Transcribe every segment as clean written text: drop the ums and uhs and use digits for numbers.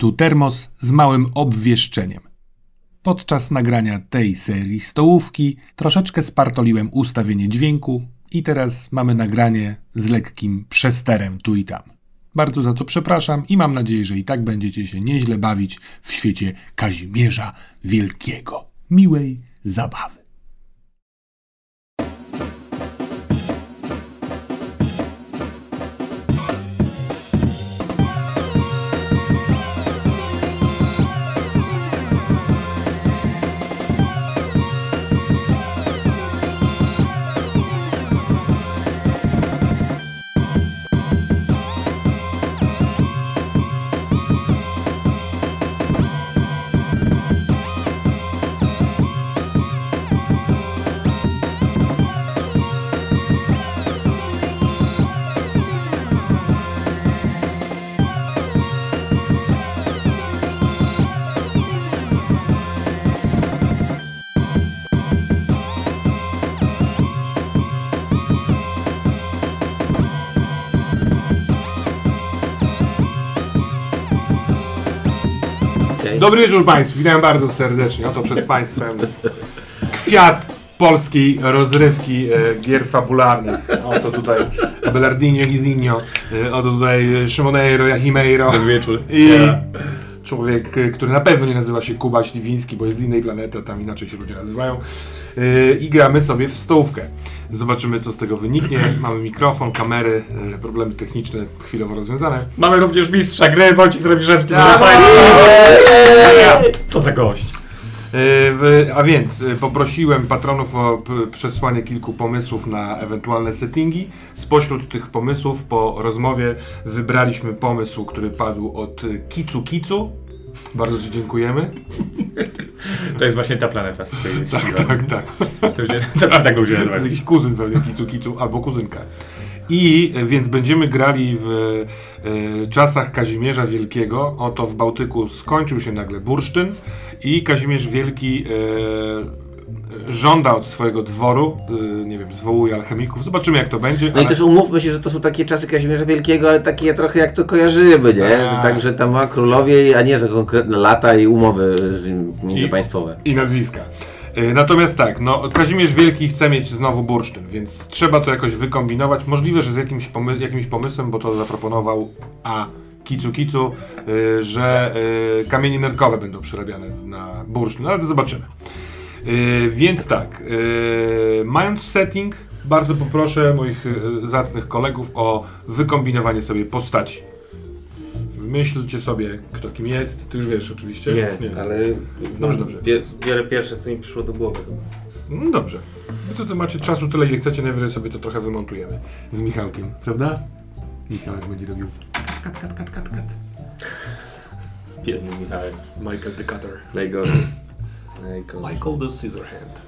Tu Termos z małym obwieszczeniem. Podczas nagrania tej serii stołówki troszeczkę spartoliłem ustawienie dźwięku i teraz mamy nagranie z lekkim przesterem tu i tam. Bardzo za to przepraszam i mam nadzieję, że i tak będziecie się nieźle bawić w świecie Kazimierza Wielkiego. Miłej zabawy. Dobry wieczór Państwu, witam bardzo serdecznie. Oto przed Państwem kwiat polskiej rozrywki gier fabularnych. Oto tutaj Abelardinho Gizinho, oto tutaj Szymoneiro Jachimeiro. Dobry wieczór. I człowiek, który na pewno nie nazywa się Kuba Śliwiński, bo jest z innej planety, tam inaczej się ludzie nazywają. I gramy sobie w stołówkę. Zobaczymy, co z tego wyniknie. Mamy mikrofon, kamery, problemy techniczne chwilowo rozwiązane. Mamy również mistrza gry, Wojciech Robiszewski. Co za gość. A więc poprosiłem patronów o przesłanie kilku pomysłów na ewentualne settingi. Spośród tych pomysłów po rozmowie wybraliśmy pomysł, który padł od Kicu Kicu. Bardzo Ci dziękujemy. To jest właśnie ta planeta, z której jest Tak. To już tak ludzie nazywają. To jest jakiś kuzyn pewnie Kicu Kicu albo kuzynka. I więc będziemy grali w czasach Kazimierza Wielkiego. Oto w Bałtyku skończył się nagle bursztyn i Kazimierz Wielki żąda od swojego dworu, nie wiem, zwołuje alchemików. Zobaczymy, jak to będzie. No i też umówmy się, że to są takie czasy Kazimierza Wielkiego, ale takie trochę jak to kojarzymy, nie? Także tam ma królowie, a nie że konkretne lata i umowy międzypaństwowe. I nazwiska. Natomiast tak, no Kazimierz Wielki chce mieć znowu bursztyn, więc trzeba to jakoś wykombinować. Możliwe, że z jakimś pomysłem, bo to zaproponował Kicu Kicu, że kamienie nerkowe będą przerabiane na bursztyn, ale to zobaczymy. Więc tak, mając setting, bardzo poproszę moich zacnych kolegów o wykombinowanie sobie postaci. Myślcie sobie, kto kim jest. Ty już wiesz oczywiście. Nie. Ale dobrze. Biorę pierwsze, co mi przyszło do głowy. No dobrze. No co, to macie czasu tyle, ile chcecie, najwyżej sobie to trochę wymontujemy. Z Michałkiem, prawda? Michałek będzie robił kat. Biedny Michałek. Michael the Cutter. Najgorzej. Michael the Scissorhand.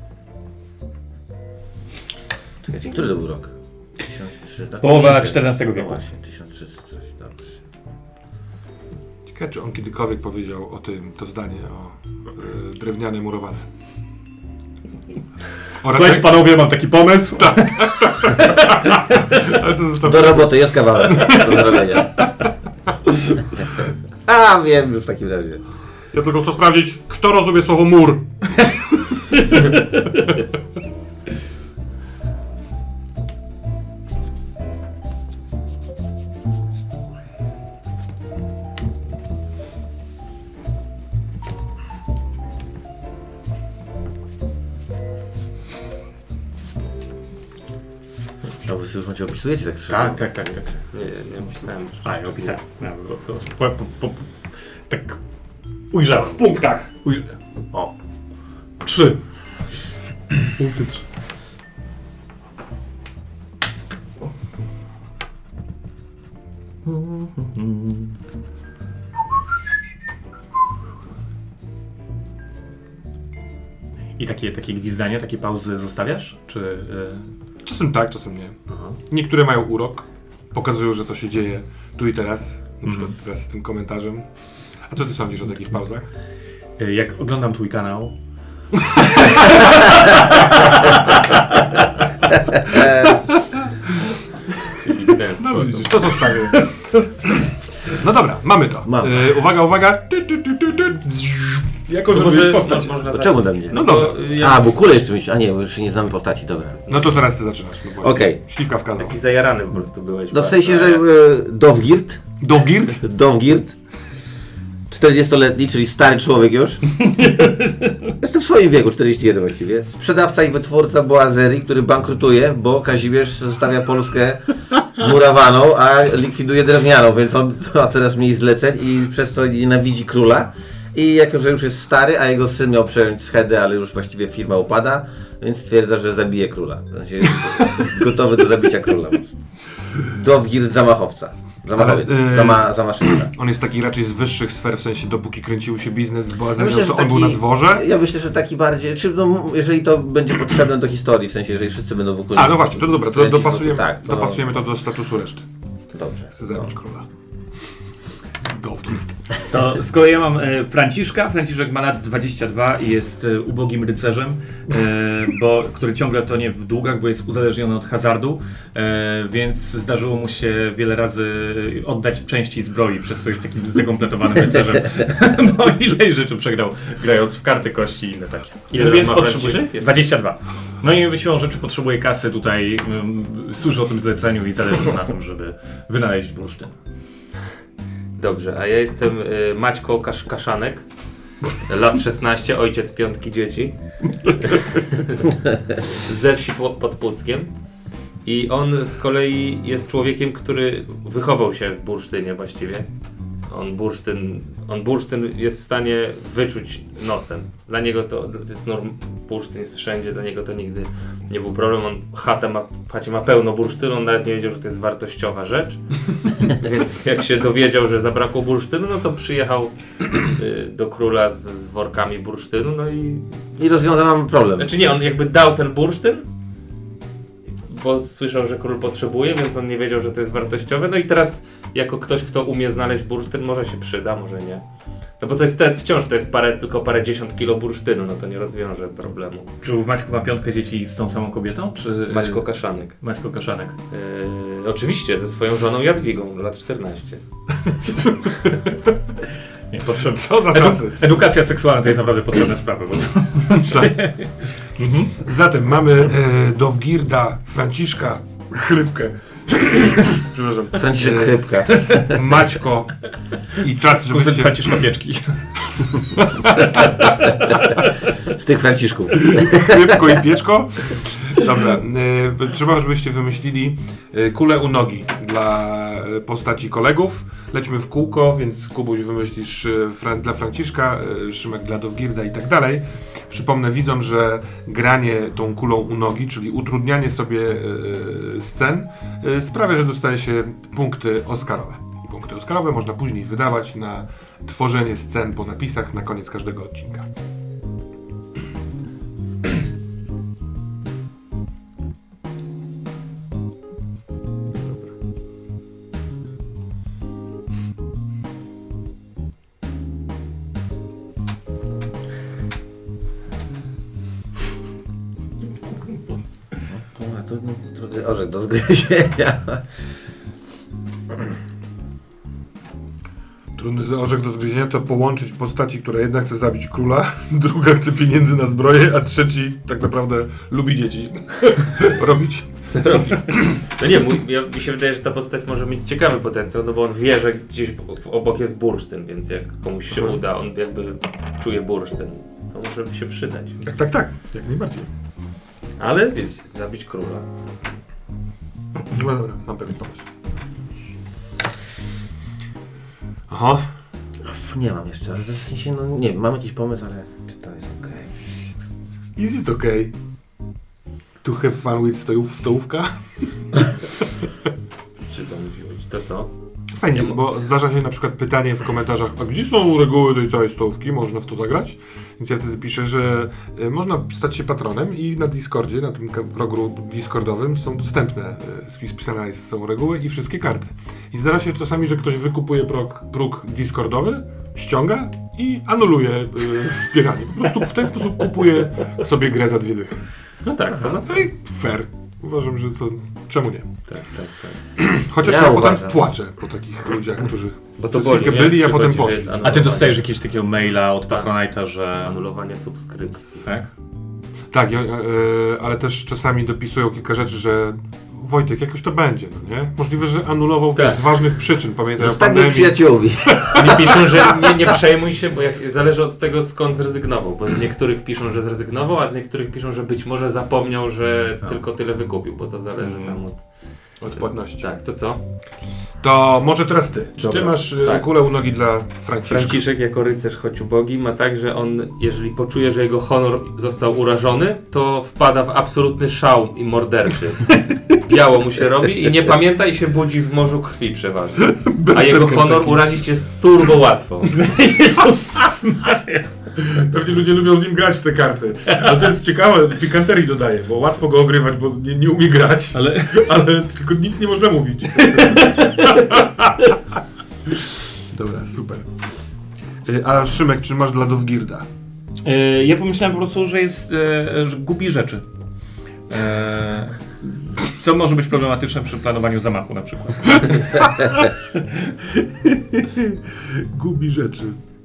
Czekajcie, który to był rok? 1003, tak? Połowa XIV wieku. No właśnie, 1300 coś, dobrze. Ciekawe, czy on kiedykolwiek powiedział o tym, to zdanie o drewniane murowane. Słuchajcie panowie, mam taki pomysł. Ale to do roboty, jest kawałek. Do zrobienia. Wiem już w takim razie. Ja tylko chcę sprawdzić, kto rozumie słowo mur. A wy już macie opisujecie tak szczerze? Tak. Nie opisałem. Ja opisałem. Tak ujrzałem. W punktach. O. 3. Punkty 3. I takie gwizdania, takie pauzy zostawiasz? Czy... Czasem tak, czasem nie. Aha. Niektóre mają urok. Pokazują, że to się dzieje tu i teraz. Na przykład teraz z tym komentarzem. A co ty sądzisz o takich pauzach? Jak oglądam twój kanał... Czyli w ten No sposób. widzisz, to zostawię. No dobra, mamy to. Mamy. Uwaga. Jako, że może mówisz postać. można To czemu ode mnie? No dobra. A, bo kule jeszcze myślę. A nie, bo jeszcze nie znamy postaci, dobra. No to teraz ty zaczynasz. No właśnie. Okej. Śliwka wskazał. Taki zajarany po prostu byłeś. No w bardzo, sensie, że ale- Dovgirt? 40-letni, czyli stary człowiek już. Jestem w swoim wieku, 41 właściwie. Sprzedawca i wytwórca boazerii, który bankrutuje, bo Kazimierz zostawia Polskę murawaną, a likwiduje drewnianą, więc on ma coraz mniej zleceń i przez to nienawidzi króla. I jako, że już jest stary, a jego syn miał przejąć schedę, ale już właściwie firma upada, więc stwierdza, że zabije króla. W sensie jest gotowy do zabicia króla. Dovgirt zamachowca. Zamachowiec. Ale, Zamaszynista. On jest taki raczej z wyższych sfer, w sensie dopóki kręcił się biznes z boazerią, Myślę, że to on był na dworze. Ja myślę, że taki bardziej, czy no, jeżeli to będzie potrzebne do historii, w sensie, jeżeli wszyscy będą wokół. A, no właśnie, to dobra, to kręcić dopasujemy, wokół, tak, to dopasujemy to do statusu reszty. Dobrze. Chcę zabić króla. Dovgirt. To z kolei ja mam Franciszka. Franciszek ma lat 22 i jest ubogim rycerzem, który ciągle tonie w długach, bo jest uzależniony od hazardu, więc zdarzyło mu się wiele razy oddać części zbroi, przez co jest takim zdekompletowanym rycerzem. Bo ile rzeczy przegrał, grając w karty, kości i inne takie. Ile Więc ma potrzebuje Franciszek? 22. No i siłą rzeczy potrzebuje kasy tutaj, słyszy o tym zleceniu i zależy mu na tym, żeby wynaleźć bursztyn. Dobrze, a ja jestem Maćko Kaszanek, lat 16, ojciec 5 dzieci, ze wsi pod Puckiem. I on z kolei jest człowiekiem, który wychował się w bursztynie właściwie. On bursztyn jest w stanie wyczuć nosem. Dla niego to jest bursztyn jest wszędzie, dla niego to nigdy nie był problem. On w chacie ma pełno bursztynu, on nawet nie wiedział, że to jest wartościowa rzecz. Więc jak się dowiedział, że zabrakło bursztynu, no to przyjechał do króla z workami bursztynu, no i... I rozwiązano problem. Znaczy nie, on jakby dał ten bursztyn, bo słyszał, że król potrzebuje, więc on nie wiedział, że to jest wartościowe. No i teraz jako ktoś, kto umie znaleźć bursztyn, może się przyda, może nie. No bo to jest wciąż to jest tylko parędziesiąt kilo bursztynu, no to nie rozwiąże problemu. Czy w Maćku ma 5 dzieci z tą samą kobietą? Czy Maćko Kaszanek. Maćko Kaszanek. Oczywiście, ze swoją żoną Jadwigą, lat 14. Nie, potrzebne. Co za czasy? Edukacja seksualna to jest naprawdę potrzebna sprawa. Bo to... Zatem mamy Dovgirda, Franciszka, Chrypkę, przepraszam, Franciszek Chrypka. Maćko i czas, żebyście... Franciszka Pieczki. Z tych Franciszków. Chrypko i pieczko. Dobra, trzeba, żebyście wymyślili kulę u nogi dla postaci kolegów. Lećmy w kółko, więc Kubuś wymyślisz dla Franciszka, Szymek dla Dovgirda i tak dalej. Przypomnę widzom, że granie tą kulą u nogi, czyli utrudnianie sobie scen, sprawia, że dostaje się punkty Oscarowe. I punkty Oscarowe można później wydawać na tworzenie scen po napisach na koniec każdego odcinka. To trudny orzech do zgryzienia. Trudny orzech do zgryzienia to połączyć postaci, która jedna chce zabić króla, druga chce pieniędzy na zbroję, a trzeci tak naprawdę lubi dzieci. Robić? No nie, mi się wydaje, że ta postać może mieć ciekawy potencjał, no bo on wie, że gdzieś obok jest bursztyn, więc jak komuś się uda, on jakby czuje bursztyn. To może się przydać. Tak, jak najbardziej. Ale wiecie, zabić króla. No dobra, mam pewien pomysł. Aha. Nie mam jeszcze, ale w sensie, no nie wiem, mam jakiś pomysł, ale czy to jest okej? Is it okay to have fun with stołówka? Czy to musi być? To co? Fajnie, bo zdarza się na przykład pytanie w komentarzach, a gdzie są reguły tej całej stołówki? Można w to zagrać? Więc ja wtedy piszę, że można stać się patronem i na Discordzie, na tym progu Discordowym są dostępne, spisane są reguły i wszystkie karty. I zdarza się czasami, że ktoś wykupuje próg Discordowy, ściąga i anuluje wspieranie. Po prostu w ten sposób kupuje sobie grę za 2 dychy. No tak, to nas... No i fair. Uważam, że to czemu nie? Tak. Chociaż Ja ja potem uważam. płaczę po takich ludziach, którzy Bo to przez boli, chwilkę nie? byli, a potem Przychodzi, że poszli. jest A ty dostajesz jakiegoś takiego maila od Patronite'a, że... anulowanie subskrypcji. Tak? Tak, ale też czasami dopisują kilka rzeczy, że Wojtek, jakoś to będzie, no nie? Możliwe, że anulował wiesz, z ważnych przyczyn, pamiętaj o Zostańmy pandemii. przyjaciółmi. Oni piszą, że nie przejmuj się, bo zależy od tego, skąd zrezygnował. Bo z niektórych piszą, że zrezygnował, a z niektórych piszą, że być może zapomniał, że tylko tyle wykupił, bo to zależy tam Od płatności. Tak, to co? To może teraz ty. Czy Dobra. ty masz Tak. kulę u nogi dla Franciszka? Franciszek jako rycerz choć ubogi ma tak, że on, jeżeli poczuje, że jego honor został urażony, to wpada w absolutny szał i morderczy. Biało mu się robi i nie pamięta i się budzi w morzu krwi przeważnie. A jego honor urazić jest turbo łatwo. Pewnie ludzie lubią z nim grać w te karty. Ale to jest ciekawe, pikanterii dodaje, bo łatwo go ogrywać, bo nie umie grać, ale tylko nic nie można mówić. Dobra, super. A Szymek, czy masz dla Dovgirda? Ja pomyślałem po prostu, że jest, że gubi rzeczy. Co może być problematyczne przy planowaniu zamachu na przykład. Gubi rzeczy.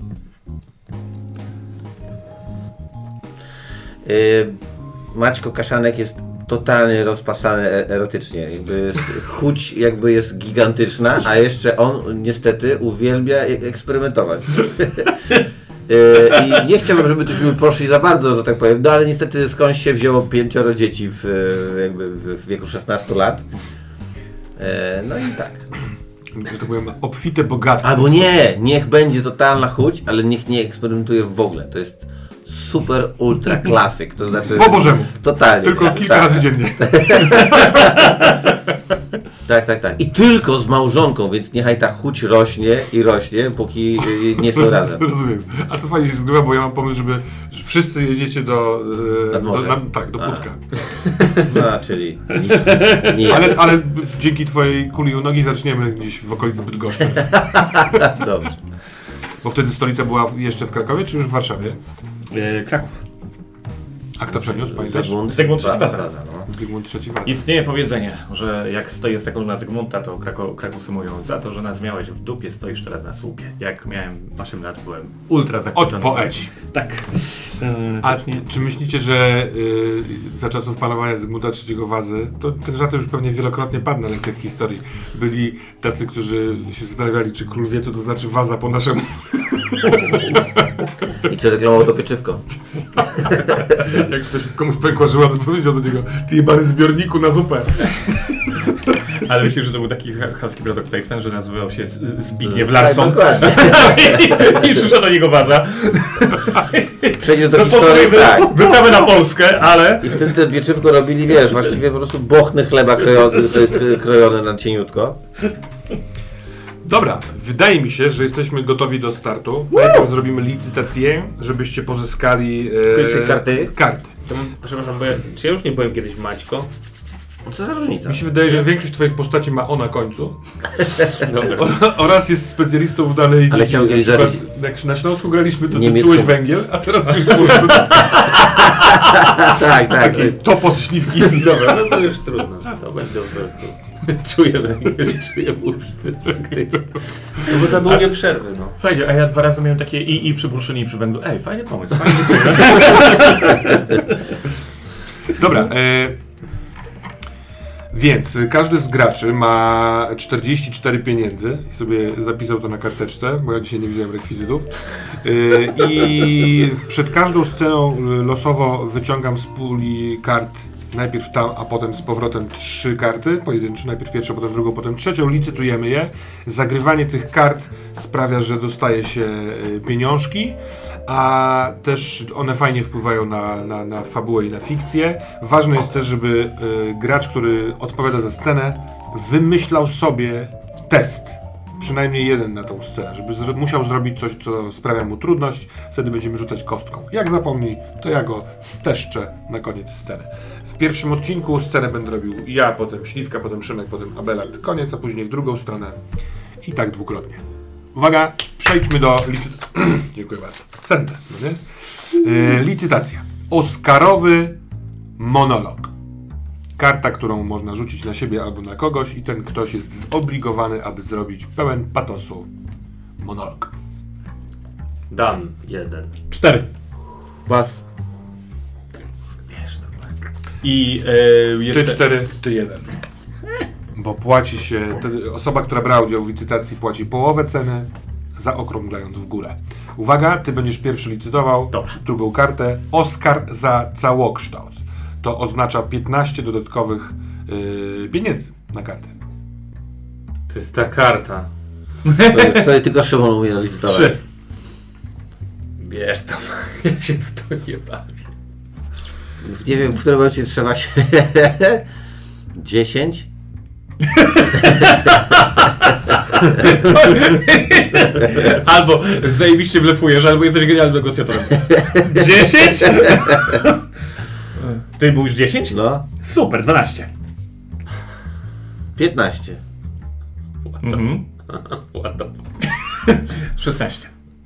Maćko Kaszanek jest totalnie rozpasany erotycznie. Chuć jakby jest gigantyczna, a jeszcze on niestety uwielbia eksperymentować. I nie chciałbym, żeby tuśmy poszli za bardzo, że tak powiem, no ale niestety skądś się wzięło 5 dzieci w wieku 16 lat. No i tak. Że tak powiem, obfite bogactwo. Albo niech będzie totalna chuć, ale niech nie eksperymentuje w ogóle. To jest super ultra klasyk, to znaczy... Po Bożemu. Totalnie. Tylko kilka razy dziennie. Tak. I tylko z małżonką, więc niechaj ta chuć rośnie, póki nie są razem. Rozumiem. A to fajnie się zgrywa, bo ja mam pomysł, że wszyscy jedziecie do Pucka. No, czyli nie. Ale dzięki twojej kuli u nogi zaczniemy gdzieś w okolicy Bydgoszczy. Dobrze. Bo wtedy stolica była jeszcze w Krakowie, czy już w Warszawie? Kraków. A kto przeniósł, pamiętasz? Zygmunt III Waza. Zygmunt III Waza. Istnieje powiedzenie, że jak stoję z taką na Zygmunta, to Krakusy mówią, za to, że nas miałeś w dupie, stoisz teraz na słupie. Jak miałem 8 lat, byłem ultra Od zachwycony. poeci. Tak. A czy myślicie, że za czasów panowania Zygmunta III Wazy, to ten żart już pewnie wielokrotnie padł na lekcjach historii, byli tacy, którzy się zastanawiali, czy król wie, co to znaczy waza po naszemu. I czy reklamował to pieczywko? Jak ktoś komuś pękła żyła, to powiedział do niego, ty jebany zbiorniku na zupę. Ale myślę, że to był taki chamski product placement, że nazywał się Zbigniew Larsson. Tak, dokładnie. I przyszła do niego waza. Przejdzie do Zastosuje historii, tak. wyprawę na Polskę, ale... I wtedy te pieczywko robili, właściwie po prostu bochny chleba krojony na cieniutko. Dobra, wydaje mi się, że jesteśmy gotowi do startu. Najpierw zrobimy licytację, żebyście pozyskali karty. To przepraszam, bo czy ja już nie byłem kiedyś Maćko? Co za różnica? Mi się wydaje, że większość twoich postaci ma o na końcu. Dobra. Oraz jest specjalistą w danej Ale chciał kiedyś przykład, jak na Śląsku graliśmy, to ty niemiecką. czułeś węgiel, a teraz czujesz Tak. taki topos śliwki. Dobra, no to już trudno. To będzie po prostu. Czuję węgiel, czuję bursztyn. No bo za długie przerwy, no. Fajnie, a ja 2 razy miałem takie i przy bursztynie, i przy węglu. Ej, fajny pomysł, Dobra, więc każdy z graczy ma 44 pieniędzy i sobie zapisał to na karteczce, bo ja dzisiaj nie wziąłem rekwizytów. I przed każdą sceną losowo wyciągam z puli kart najpierw tam, a potem z powrotem 3 karty pojedyncze, najpierw pierwszą, potem drugą, potem trzecią, licytujemy je. Zagrywanie tych kart sprawia, że dostaje się pieniążki, a też one fajnie wpływają na fabułę i na fikcję. Ważne jest też, żeby gracz, który odpowiada za scenę, wymyślał sobie test. Przynajmniej jeden na tą scenę, żeby musiał zrobić coś, co sprawia mu trudność, wtedy będziemy rzucać kostką. Jak zapomni, to ja go steszczę na koniec sceny. W pierwszym odcinku scenę będę robił ja, potem Śliwka, potem Szymek, potem Abelard, koniec, a później w drugą stronę i tak dwukrotnie. Uwaga, przejdźmy do licytacji. Dziękuję bardzo. Cenne, no nie? Licytacja. Oscarowy monolog. karta, którą można rzucić na siebie albo na kogoś i ten ktoś jest zobligowany, aby zrobić pełen patosu monolog. Dam 1. 4. Pas. I Ty jeszcze... 4, ty 1. Bo płaci się, osoba, która brała udział w licytacji, płaci połowę ceny, zaokrąglając w górę. Uwaga, ty będziesz pierwszy licytował. Dobra. Drugą kartę. Oscar za całokształt. To oznacza 15 dodatkowych pieniędzy na kartę. To jest ta karta. W której tylko Szymon umie licytować. 3. Wiesz tam, ja się w to nie bawię. Nie wiem, w którym momencie trzeba się... 10? Albo zajebiście blefujesz, albo jesteś genialnym negocjatorem. 10? Ty byłeś 10? No. Super, 12. 15. Mhm. What the fuck? 16.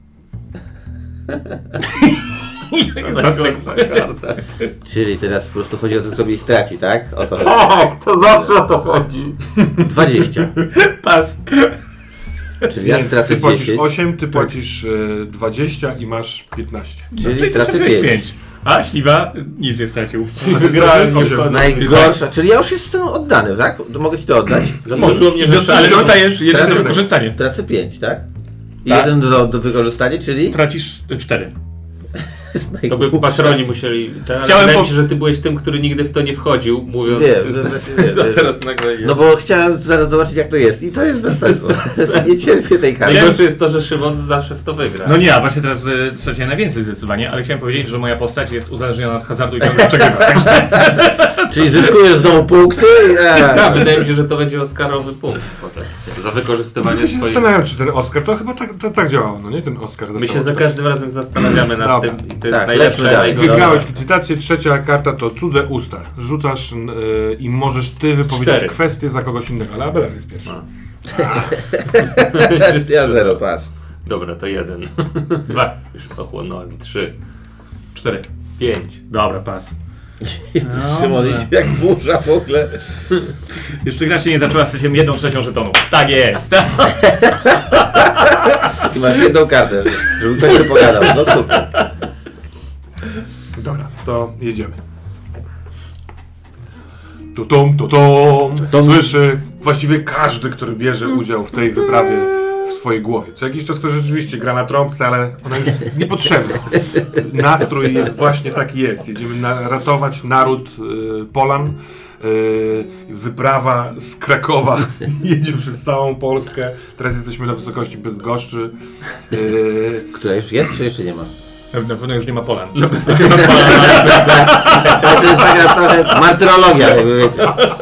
Następna karta. Czyli teraz po prostu chodzi o to, kto mi straci, tak? O to chodzi. Tak, to zawsze o to chodzi. 20. Pas. Czyli ja Więc stracę ty płacisz 10. 8, ty płacisz 20 i masz 15. Czyli tracę 5. A śliwa nic nie stracił. Czyli wygrałem, osiem. nie Najgorsza, czyli ja już jestem oddany, tak? Mogę ci to oddać? Zaskoczyło mnie, że Ale dostajesz jedyne Teraz- wykorzystanie. Tracę 5, tak? I Tak. 1 do wykorzystania, czyli? Tracisz 4. Jest to by najgłupsze. patroni musieli. Chciałem Wydaje mi się, że ty byłeś tym, który nigdy w to nie wchodził, mówiąc, Wiem, to jest wiem, bez wiem, sensu, a wiem. teraz nagle nie. No bo chciałem zaraz zobaczyć, jak to jest. I to jest bez sensu. Nie cierpię tej karty. Najgorsze jest to, że Szymon zawsze w to wygra. No nie, a właśnie teraz straciłem najwięcej zdecydowanie, ale chciałem powiedzieć, że moja postać jest uzależniona od hazardu i ciągle przegrywa. Także Czyli zyskujesz znowu punkty i... Tak, wydaje mi się, że to będzie Oscarowy punkt potem. Za wykorzystywanie Ja się swoich... zastanawiam, czy ten Oscar, to chyba tak działało, no nie? Ten Oscar za My się za całokształt. każdym razem zastanawiamy nad Dobra. tym i to jest Tak, najlepsze, lećmy dalej. najgorsze. Wygrałeś licytację, trzecia karta to cudze usta. Rzucasz i możesz ty wypowiedzieć 4. kwestię za kogoś innego, ale Abelard jest pierwszy. A. Ja 0, pas. Dobra, to 1. 2, Już pochłonąłem. 3, 4. 5. Dobra, pas. Szymon idzie jak burza w ogóle. Jeszcze gra się nie zaczęła, straciłem 1/3 żetonu. Tak jest. I masz jedną kartę, żeby ktoś się pogadał. No super. Dobra, to jedziemy. Tutum. Słyszy właściwie każdy, który bierze udział w tej wyprawie w swojej głowie. Co jakiś czas ktoś rzeczywiście gra na trąbce, ale ona już jest niepotrzebna. Nastrój jest właśnie taki jest. Jedziemy ratować naród Polan. Wyprawa z Krakowa jedzie przez całą Polskę. Teraz jesteśmy na wysokości Bydgoszczy. Która już jest, czy jeszcze nie ma? Na pewno już nie ma Polan. To jest taka trochę martyrologia, jakby wiecie.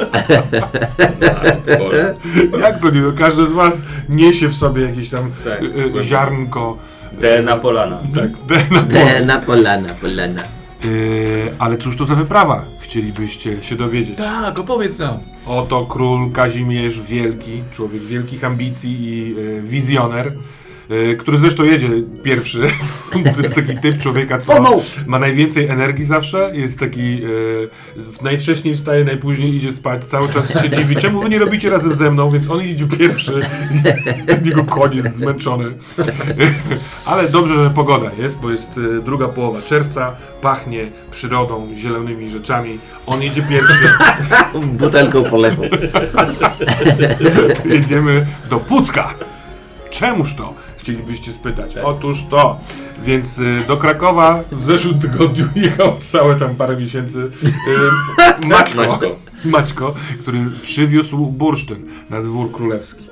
Jak to nie? Każdy z was niesie w sobie jakieś tam Tak, ziarnko. DNA Polana. Tak, DNA Polana. Polana. Ale cóż to za wyprawa? Chcielibyście się dowiedzieć. Tak, opowiedz nam. Oto król Kazimierz Wielki, człowiek wielkich ambicji i wizjoner, który zresztą jedzie pierwszy. To jest taki typ człowieka, co ma najwięcej energii zawsze, jest taki najwcześniej wstaje, najpóźniej idzie spać, cały czas się dziwi, czemu wy nie robicie razem ze mną, więc on idzie pierwszy, jego koń jest zmęczony. Ale dobrze, że pogoda jest, bo jest druga połowa czerwca, pachnie przyrodą, zielonymi rzeczami, on jedzie pierwszy. Butelką polewu. Jedziemy do Pucka. Czemuż to? Chcielibyście spytać. Otóż to. Więc do Krakowa w zeszłym tygodniu jechał całe tam parę miesięcy Maćko, który przywiózł bursztyn na dwór królewski.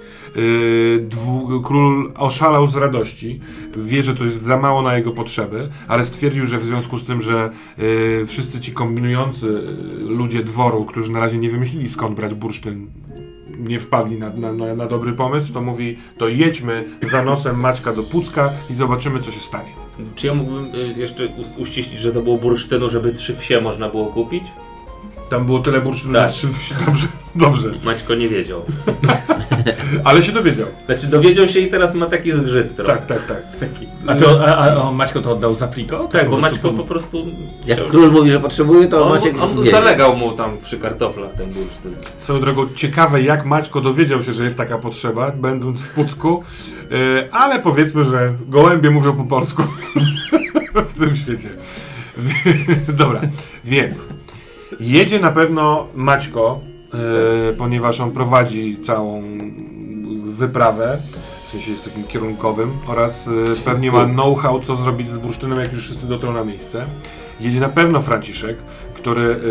Król oszalał z radości, wie, że to jest za mało na jego potrzeby, ale stwierdził, że w związku z tym, że wszyscy ci kombinujący ludzie dworu, którzy na razie nie wymyślili skąd brać bursztyn, nie wpadli na dobry pomysł, to mówi, to jedźmy za nosem Maćka do Pucka i zobaczymy, co się stanie. Czy ja mógłbym jeszcze uściślić, że to było bursztynu, żeby 3 wsie można było kupić? Tam było tyle bursztynu, Tak. że dobrze. Maćko nie wiedział. Ale się dowiedział. Znaczy dowiedział się i teraz ma taki zgrzyt trochę. Tak. Taki. A Maćko to oddał za friko? Tak, bo Maćko po prostu... Jak król mówi, że potrzebuje, to Maciek On wie. zalegał mu tam przy kartoflach ten bursztyn. Swoją drogą ciekawe, jak Maćko dowiedział się, że jest taka potrzeba, będąc w Pucku, ale powiedzmy, że gołębie mówią po polsku w tym świecie. Dobra, więc jedzie na pewno Maćko, ponieważ on prowadzi całą wyprawę, w sensie jest takim kierunkowym oraz pewnie ma know-how, co zrobić z bursztynem, jak już wszyscy dotrą na miejsce. Jedzie na pewno Franciszek, który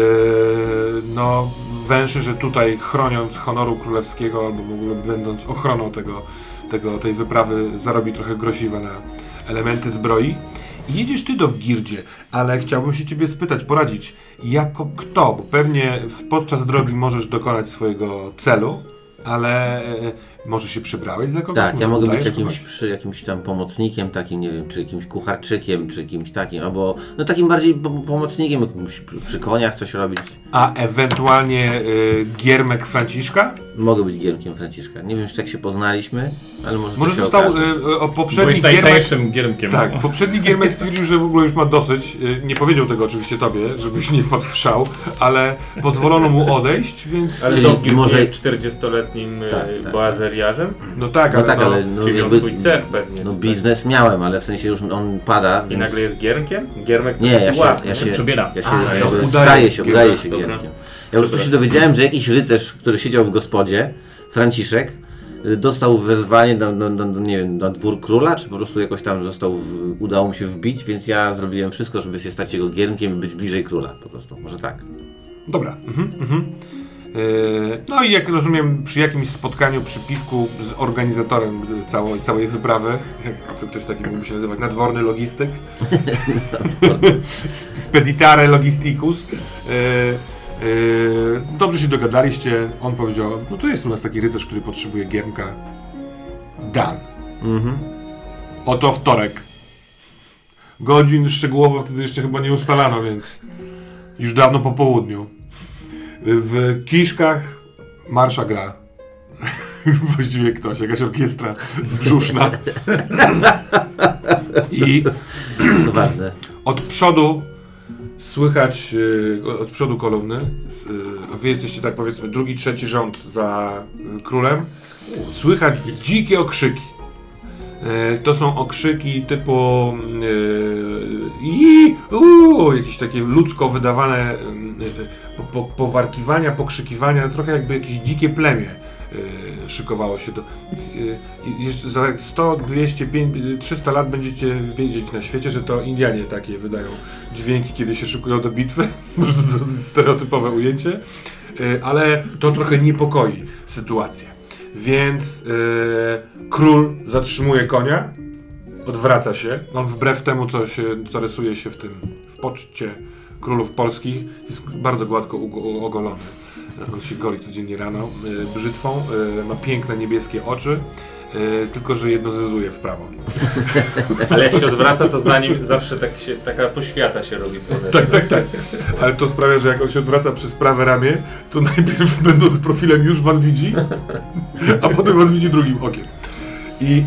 węszy, że tutaj chroniąc honoru królewskiego albo w ogóle będąc ochroną tej wyprawy zarobi trochę grosiwa na elementy zbroi. I jedziesz ty do Wgirdzie, ale chciałbym się ciebie spytać, poradzić, jako kto, bo pewnie podczas drogi możesz dokonać swojego celu, ale może się przybrałeś za kogoś? Tak, może ja mogę być kogoś? jakimś tam pomocnikiem takim, nie wiem, czy jakimś kucharczykiem, czy kimś takim, albo no takim bardziej pomocnikiem, jakimś przy koniach coś robić. A ewentualnie giermek Franciszka? Mogę być giermkiem Franciszka. Nie wiem jeszcze jak się poznaliśmy, ale może Może to się został okaże. poprzedni Byłeś giermek... najtańszym giermkiem. Tak, poprzedni giermek stwierdził, że w ogóle już ma dosyć. Nie powiedział tego oczywiście tobie, żebyś nie wpadł w szał, ale pozwolono mu odejść, więc... Ale Czyli Dowgir może- jest 40-letnim Tak. boazeriarzem, No tak, No ale, tak, ale czyli miał swój cech pewnie. No biznes miałem, ale w sensie już on pada, I więc... nagle jest giermkiem? Giermek to Nie, taki łap, ja się przebiera. jakby udaje się udaje się Dobra. giermkiem. Ja po prostu się dowiedziałem, że jakiś rycerz, który siedział w gospodzie, Franciszek, dostał wezwanie nie wiem, na dwór króla, czy po prostu jakoś tam udało mu się wbić, więc ja zrobiłem wszystko, żeby się stać jego giermkiem i być bliżej króla po prostu, może tak. Dobra. No i jak rozumiem, przy jakimś spotkaniu, przy piwku z organizatorem całej wyprawy, jak to ktoś taki mógłby się nazywać, nadworny logistyk, speditare logisticus, dobrze się dogadaliście, on powiedział, no to jest u nas taki rycerz, który potrzebuje giermka. Dan. Oto wtorek. Godzin szczegółowo wtedy jeszcze chyba nie ustalano, więc już dawno po południu. W Kiszkach marsza gra. Właściwie ktoś, jakaś orkiestra brzuszna. I To ważne. od przodu słychać, od przodu kolumny, a wy jesteście tak powiedzmy drugi, trzeci rząd za królem, słychać dzikie okrzyki. To są okrzyki typu jakieś takie ludzko wydawane powarkiwania, pokrzykiwania, trochę jakby jakieś dzikie plemię szykowało się do... Za 100, 200, 300 lat będziecie wiedzieć na świecie, że to Indianie takie wydają dźwięki, kiedy się szykują do bitwy. Może to jest stereotypowe ujęcie, ale to trochę niepokoi sytuację. Więc król zatrzymuje konia, odwraca się. On wbrew temu, co rysuje się w poczcie królów polskich, jest bardzo gładko ogolony. On się goli codziennie rano brzytwą, ma piękne niebieskie oczy, tylko że jedno zezuje w prawo. Ale jak się odwraca, to za nim zawsze taka poświata się robi słoneczna. Tak. Ale to sprawia, że jak on się odwraca przez prawe ramię, to najpierw będąc profilem już was widzi, a potem was widzi drugim okiem. I...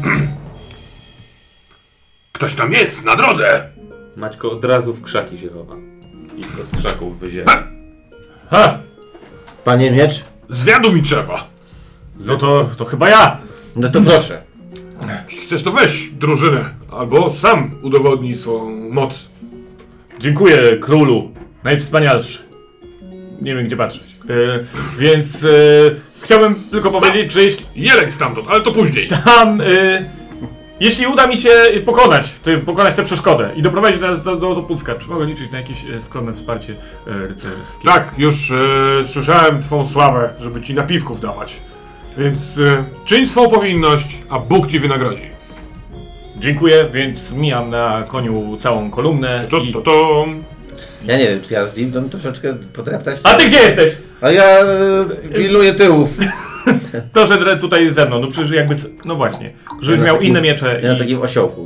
Ktoś tam jest, na drodze! Maćko od razu w krzaki się chowa. I go z krzaków wyzie. Ha! Panie miecz? Zwiadu mi trzeba! No to chyba ja! No to proszę. Jeśli chcesz, to weź drużynę, albo sam udowodnij swą moc. Dziękuję, królu. Najwspanialszy. Nie wiem, gdzie patrzeć. Więc chciałbym tylko powiedzieć, że Jeleń stamtąd, ale to później. jeśli uda mi się pokonać tę przeszkodę i doprowadzić nas do Pucka, czy mogę liczyć na jakieś skromne wsparcie rycerskie? Tak, już słyszałem twą sławę, żeby ci napiwków dawać. Więc czyń swą powinność, a Bóg ci wynagrodzi. Dziękuję, więc mijam na koniu całą kolumnę Ja nie wiem, czy ja z nim to troszeczkę potreptać. A ty gdzie jesteś? A ja pilnuję tyłów. Proszę tutaj ze mną, no przecież jakby... No właśnie, żebyś miał inne miecze Ja na takim osiołku.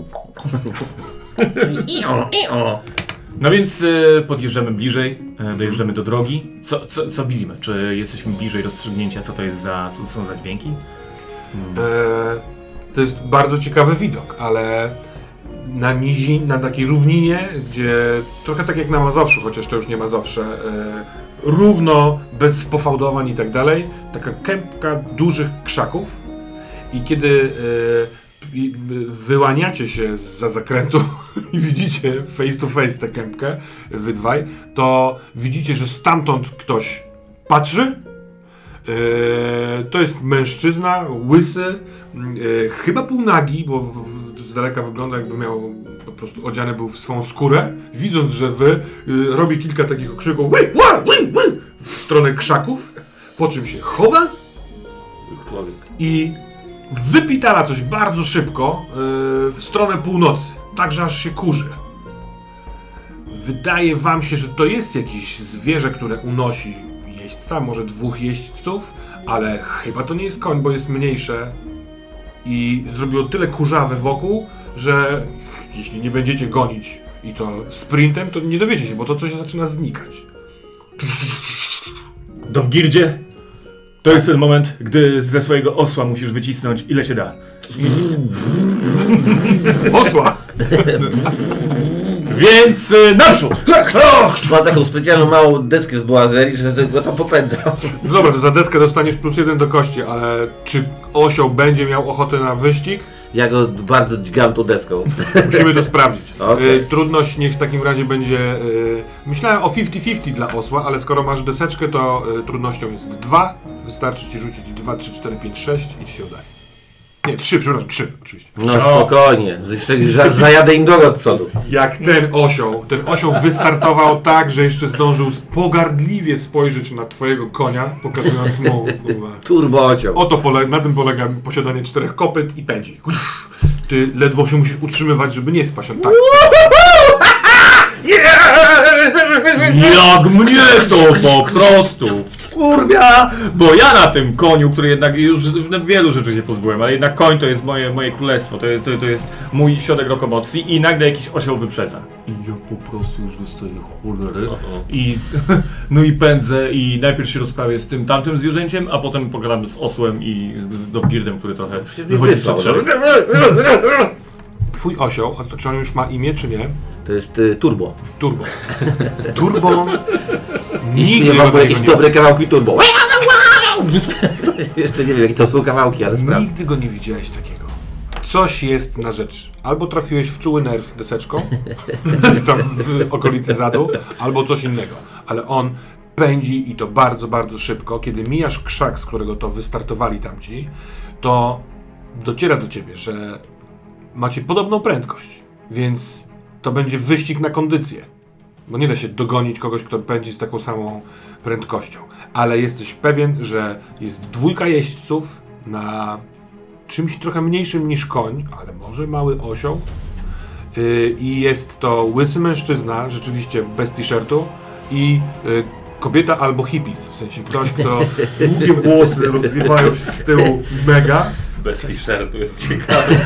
No więc podjeżdżamy bliżej, dojeżdżamy do drogi. Co widzimy? Czy jesteśmy bliżej rozstrzygnięcia, co to są za dźwięki? To jest bardzo ciekawy widok, ale na takiej równinie, gdzie trochę tak jak na Mazowszu, chociaż to już nie Mazowsze, równo, bez pofałdowań i tak dalej, taka kępka dużych krzaków i kiedy wyłaniacie się zza zakrętu i widzicie face to face tę kępkę, wy dwaj, to widzicie, że stamtąd ktoś patrzy. To jest mężczyzna, łysy, chyba półnagi, bo z daleka wygląda jakby miał po prostu odziany był w swą skórę. Widząc, że wy, robi kilka takich okrzyków w stronę krzaków, po czym się chowa i wypitala coś bardzo szybko w stronę północy, tak że aż się kurzy. Wydaje wam się, że to jest jakieś zwierzę, które unosi jeźdźca, może 2 jeźdźców, ale chyba to nie jest koń, bo jest mniejsze i zrobiło tyle kurzawy wokół, że jeśli nie będziecie gonić i to sprintem, to nie dowiecie się, bo to coś zaczyna znikać. Dowgirdzie, to jest ten moment, gdy ze swojego osła musisz wycisnąć ile się da. Z osła! Więc naprzód! Mam taką specjalną małą deskę z boazerii, że go tam popędzam. No dobra, to za deskę dostaniesz +1 do kości, ale czy osioł będzie miał ochotę na wyścig? Ja go bardzo dźgam tą deską. Musimy to sprawdzić. Okay. Trudność niech w takim razie będzie... myślałem o 50-50 dla osła, ale skoro masz deseczkę, to trudnością jest 2. Wystarczy ci rzucić 2, 3, 4, 5, 6 i ci się udaje. Nie, 3, przepraszam, 3 oczywiście. No spokojnie, jeszcze zajadę im drogę od przodu. Jak ten osioł wystartował tak, że jeszcze zdążył pogardliwie spojrzeć na twojego konia, pokazując mu, kurwa. Turbo osioł. Na tym polega posiadanie 4 kopyt i pędzi. Ty ledwo się musisz utrzymywać, żeby nie spaść. Tak. Jak mnie to po prostu kurwia! Bo ja na tym koniu, który jednak już wielu rzeczy się pozbyłem, ale jednak koń to jest moje królestwo, to jest mój środek lokomocji i nagle jakiś osioł wyprzedza. I ja po prostu już dostaję cholery no i pędzę i najpierw się rozprawię z tym tamtym zwierzęciem, a potem pogadamy z osłem i z Dowgirdem, który trochę wychodzi przed szereg. Twój osioł, a to czy on już ma imię, czy nie? To jest Turbo. Turbo. Turbo... Nigdy wam było jakieś dobre kawałki Turbo. Jeszcze nie wiem, jakie to są kawałki, ale sprawdzę. Nigdy go nie widziałeś takiego. Coś jest na rzecz. Albo trafiłeś w czuły nerw deseczką, gdzieś tam w okolicy zadu, albo coś innego. Ale on pędzi i to bardzo, bardzo szybko. Kiedy mijasz krzak, z którego to wystartowali tamci, to dociera do ciebie, że macie podobną prędkość, więc to będzie wyścig na kondycję. Bo nie da się dogonić kogoś, kto pędzi z taką samą prędkością. Ale jesteś pewien, że jest 2 jeźdźców na czymś trochę mniejszym niż koń, ale może mały osioł. I jest to łysy mężczyzna, rzeczywiście bez t-shirtu i kobieta albo hippies, w sensie ktoś, kto długie włosy rozwiewają się z tyłu mega. Bez t-shirtu jest ciekawy.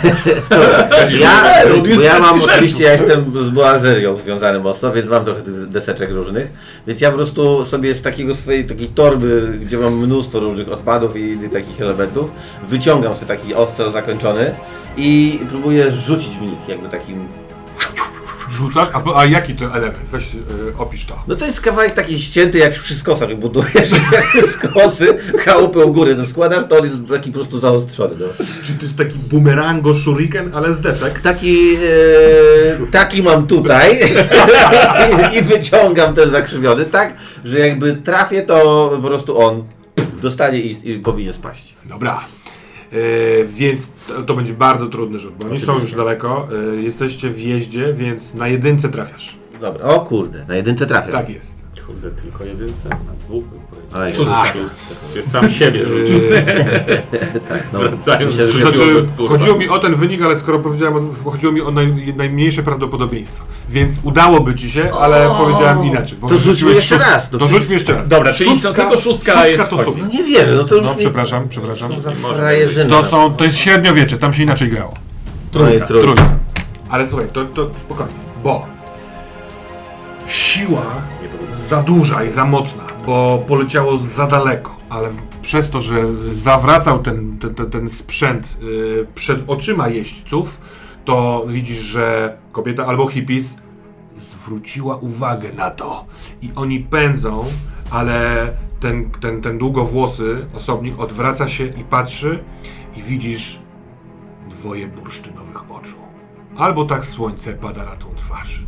Ja mam oczywiście, ja jestem z boazerią związany mocno, więc mam trochę tych deseczek różnych, więc ja po prostu sobie z swojej takiej torby, gdzie mam mnóstwo różnych odpadów i takich elementów, wyciągam sobie taki ostro zakończony i próbuję rzucić w nich jakby takim... Rzucasz? A jaki to element? Weź opisz to. No to jest kawałek taki ścięty, jak przy skosach budujesz skosy, chałupy u góry to składasz, to on jest taki po prostu zaostrzony. No. Czy to jest taki bumerango shuriken, ale z desek? Taki mam tutaj i wyciągam ten zakrzywiony tak, że jakby trafię, to po prostu on dostanie i powinien spaść. Dobra. Więc to będzie bardzo trudny rzut, bo oni są już daleko. Jesteście w jeździe, więc na 1 trafiasz. Dobra, o kurde, na 1 trafię. Tak jest. Kurde, tylko 1, na 2 bym Ale się sam siebie rzucił. tak, no. Wracając Myślę, do że Znaczy, chodziło mi o ten wynik, ale skoro powiedziałem, chodziło mi o najmniejsze prawdopodobieństwo. Więc udałoby ci się, ale powiedziałem inaczej. Bo to rzućmy jeszcze raz. To rzućmy jeszcze raz. Dobra, czyli tylko szóstka jest to wchodzi. No nie wierzę, no to już... No przepraszam. Za frajerzyny. To jest średniowiecze, tam się inaczej grało. Trójka. Ale słuchaj, to spokojnie, bo siła za duża i za mocna, bo poleciało za daleko, ale przez to, że zawracał ten sprzęt przed oczyma jeźdźców, to widzisz, że kobieta albo hippies zwróciła uwagę na to i oni pędzą, ale ten długowłosy osobnik odwraca się i patrzy i widzisz dwoje bursztynowych oczu. Albo tak słońce pada na tą twarz.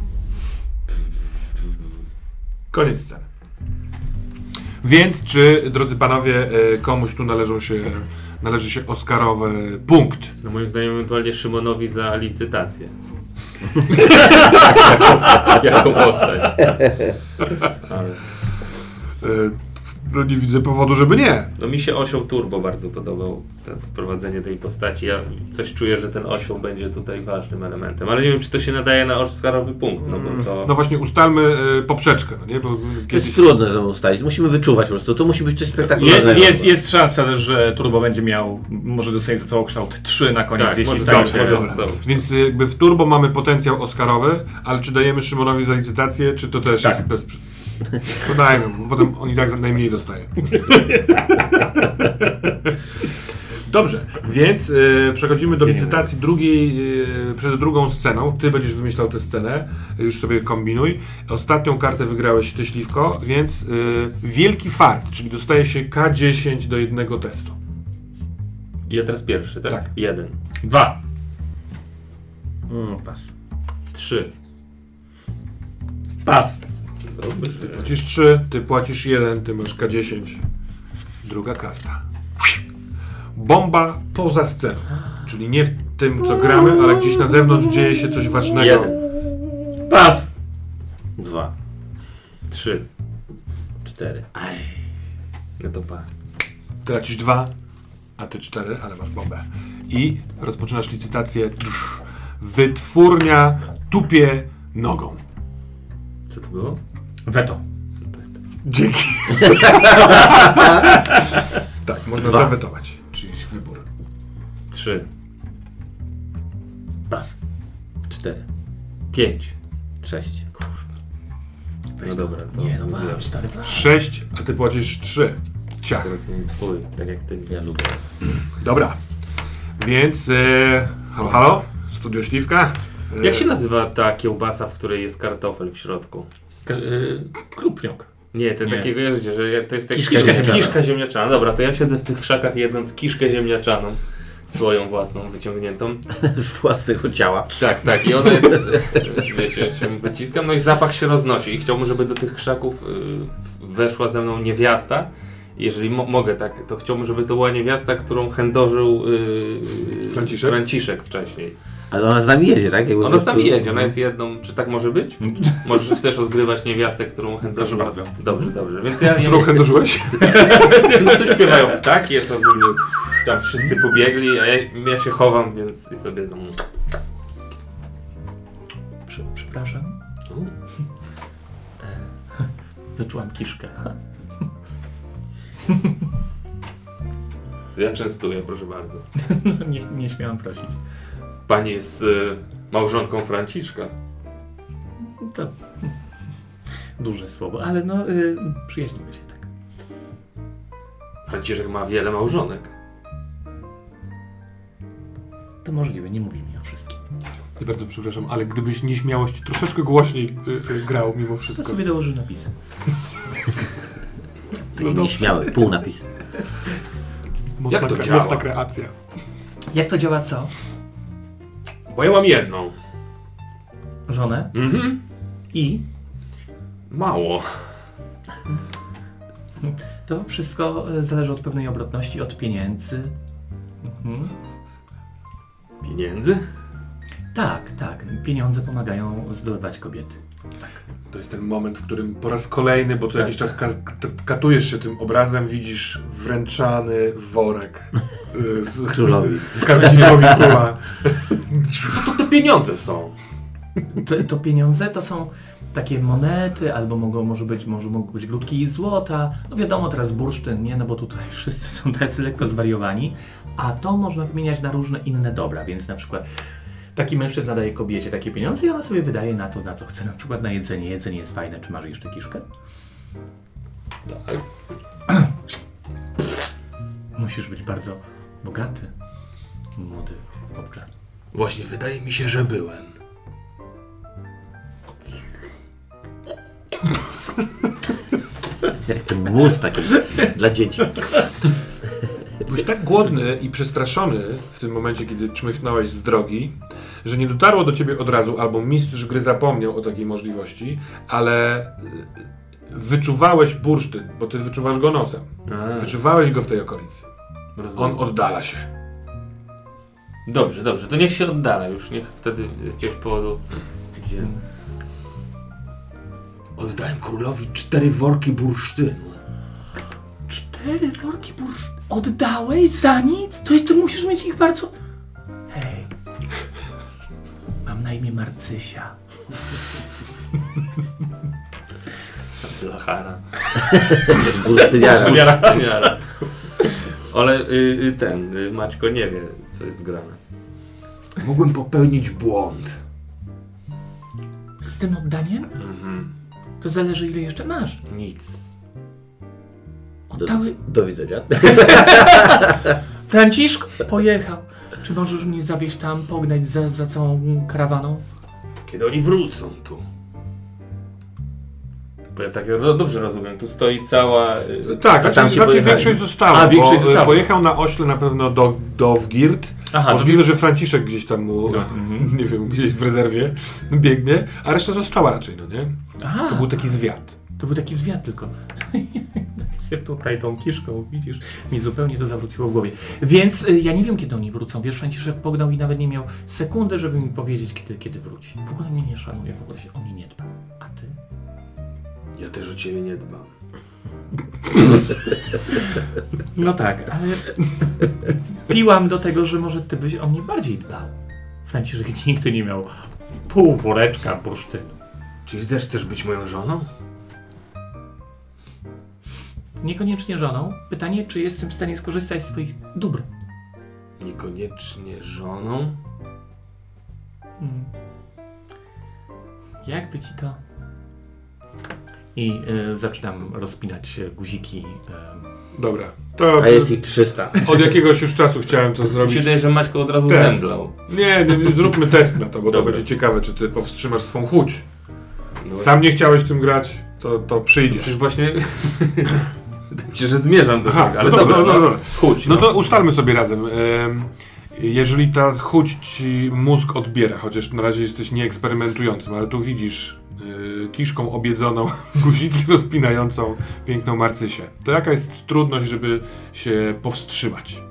Koniec sceny. Więc czy, drodzy panowie, komuś tu należy się Oscarowy punkt? No moim zdaniem ewentualnie Szymonowi za licytację. Jaką postać. No nie widzę powodu, żeby nie. No mi się osioł Turbo bardzo podobał, wprowadzenie tej postaci. Ja coś czuję, że ten osioł będzie tutaj ważnym elementem, ale nie wiem, czy to się nadaje na Oscarowy punkt, no bo to... No właśnie, ustalmy poprzeczkę, no nie? Bo To jest trudne, żeby ustalić. Musimy wyczuwać po prostu. To musi być coś spektakularnego. Jest szansa, że Turbo będzie miał, może dostanie za całokształt 3 na koniec, Tak, jeśli może stanie tak, się... może Dobra. tak. Więc jakby w Turbo mamy potencjał Oscarowy, ale czy dajemy Szymonowi za licytację, czy to też Tak. jest bez... To dajmy, bo potem on i tak najmniej dostaje. Dobrze, więc przechodzimy do licytacji przed drugą sceną. Ty będziesz wymyślał tę scenę, już sobie kombinuj. Ostatnią kartę wygrałeś ty, Śliwko, więc wielki fart, czyli dostaje się K10 do jednego testu. Ja teraz pierwszy, tak? Tak. 1. 2. Pas. 3. Pas. Ty płacisz 3, ty płacisz 1, ty masz K10. Druga karta. Bomba poza sceną, czyli nie w tym, co gramy, ale gdzieś na zewnątrz dzieje się coś ważnego. 1. Pas. 2. 3. 4. No to pas. Tracisz 2, a ty 4, ale masz bombę. I rozpoczynasz licytację. Wytwórnia tupie nogą. Co to było? Weto. Dzięki. Tak, można 2. zawetować. Czyjś wybór. 3. Pas. 4. 5. 6. No dobra, to Nie, no mówiłem. mam 4. 6, a ty płacisz 3. Ciach. Teraz nie twój, tak jak ty. Ja lubię. Dobra. Więc halo, halo? Studio Śliwka? Jak się nazywa ta kiełbasa, w której jest kartofel w środku? Krupniok. Nie, to Nie. takiego jeżdżę, że to jest tak Kiszka kiszka ziemniaczana. Dobra, to ja siedzę w tych krzakach jedząc kiszkę ziemniaczaną. Swoją własną, wyciągniętą. Z własnego ciała. Tak. I ona jest, wiecie, się wyciskam, no i zapach się roznosi. I chciałbym, żeby do tych krzaków weszła ze mną niewiasta. Jeżeli mogę tak, to chciałbym, żeby to była niewiasta, którą chędożył Franciszek wcześniej. Ale ona z nami jedzie, tak? Jakby Ona z nami jedzie, ona jest jedną. Czy tak może być? Możesz chcesz rozgrywać niewiastę, którą chędożył. Proszę bardzo. Dobrze. Więc ja Którą chędożyłeś? no tu śpiewają ptaki, jest ogólnie. Tam wszyscy pobiegli, a ja się chowam, więc i sobie za mną. Przepraszam. Wyczułam kiszkę. Ja częstuję, proszę bardzo. Nie śmiałam prosić. Pani jest małżonką Franciszka. To duże słowo, ale no przyjaźnimy się tak. Franciszek ma wiele małżonek. To możliwe, nie mówi mi o wszystkim. Bardzo przepraszam, ale gdybyś nieśmiałość troszeczkę głośniej grał mimo To wszystko. sobie dołoży napisy. Taki nieśmiały, półnapis. Jak to działa? Mocna kreacja. Jak to działa co? Bo ja mam jedną. Żonę i Mało. to wszystko zależy od pewnej obrotności, od pieniędzy. Pieniędzy? Tak. Pieniądze pomagają zdobywać kobiety. To jest ten moment, w którym po raz kolejny, bo co jakiś czas katujesz się tym obrazem, widzisz wręczany worek Królowi. skarbnikowi króla. Co to te pieniądze są? To pieniądze to są takie monety, albo mogą być grudki złota. No wiadomo, teraz bursztyn, nie? No bo tutaj wszyscy są tacy lekko zwariowani. A to można wymieniać na różne inne dobra, więc na przykład taki mężczyzna daje kobiecie takie pieniądze i ona sobie wydaje na to, na co chce, na przykład na jedzenie. Jedzenie jest fajne. Czy masz jeszcze kiszkę? Tak. Musisz być bardzo bogaty, młody chłopcze. Właśnie wydaje mi się, że byłem. Jak ten mus taki dla dzieci. Byłeś tak głodny i przestraszony w tym momencie, kiedy czmychnąłeś z drogi, że nie dotarło do ciebie od razu, albo mistrz gry zapomniał o takiej możliwości, ale wyczuwałeś bursztyn, bo ty wyczuwasz go nosem. Wyczuwałeś go w tej okolicy. Rozumiem. On oddala się. Dobrze, to niech się oddala już, niech wtedy z jakiegoś powodu idzie. Oddałem królowi 4 worki bursztynu. 4 worki bursztynu? Oddałeś za nic? To musisz mieć ich bardzo... Hej. Mam na imię Marcysia. Lachara. Bursztyniara. Bursztyniara. Ale Maćko nie wie, co jest grane. Mogłem popełnić błąd. Z tym oddaniem? Mhm. To zależy, ile jeszcze masz. Nic. Oddały... Do widzenia. Franciszek pojechał. Czy możesz mnie zawieźć tam, pognać za całą karawaną? Kiedy oni wrócą tu. Bo ja tak dobrze rozumiem, tu stoi cała... Tak, A tam ci raczej pojechali. większość została. A, większość bo, została. Pojechał na ośle na pewno do Wgirt. Aha, Możliwe, że Franciszek gdzieś tam mu, nie wiem, gdzieś w rezerwie biegnie, a reszta została raczej, no nie? Aha, To był taki zwiat. to był taki zwiat tylko. się tutaj tą kiszką, widzisz, mi zupełnie to zawróciło w głowie. Więc ja nie wiem, kiedy oni wrócą. Wiesz, Franciszek pognał i nawet nie miał sekundy, żeby mi powiedzieć, kiedy wróci. W ogóle mnie nie szanuje, w ogóle się o mnie nie dba. A ty? Ja też o ciebie nie dbam. No tak, ale piłam do tego, że może ty byś o mnie bardziej dbał. Franciszek nigdy nie miał pół woreczka bursztynu. Czyli też chcesz być moją żoną? Niekoniecznie żoną. Pytanie, czy jestem w stanie skorzystać z swoich dóbr. Niekoniecznie żoną? Jakby ci to... I zaczynam rozpinać guziki. Dobra, to A jest ich 300. od jakiegoś już czasu chciałem to Mi się zrobić. wydaje, że Maćko od razu Test. zemdlał. Nie, zróbmy test na to, bo to Dobra. będzie ciekawe, czy ty powstrzymasz swą chuć. No, Sam nie chciałeś tym grać, to przyjdziesz. Przecież właśnie... Wydaje mi się, że zmierzam do Aha, tego, ale no dobra, dobra. Chuć, No to ustalmy sobie razem. Jeżeli ta chuć ci mózg odbiera, chociaż na razie jesteś nieeksperymentującym, ale tu widzisz kiszką obiedzoną, guziki rozpinającą piękną Marcysię, to jaka jest trudność, żeby się powstrzymać?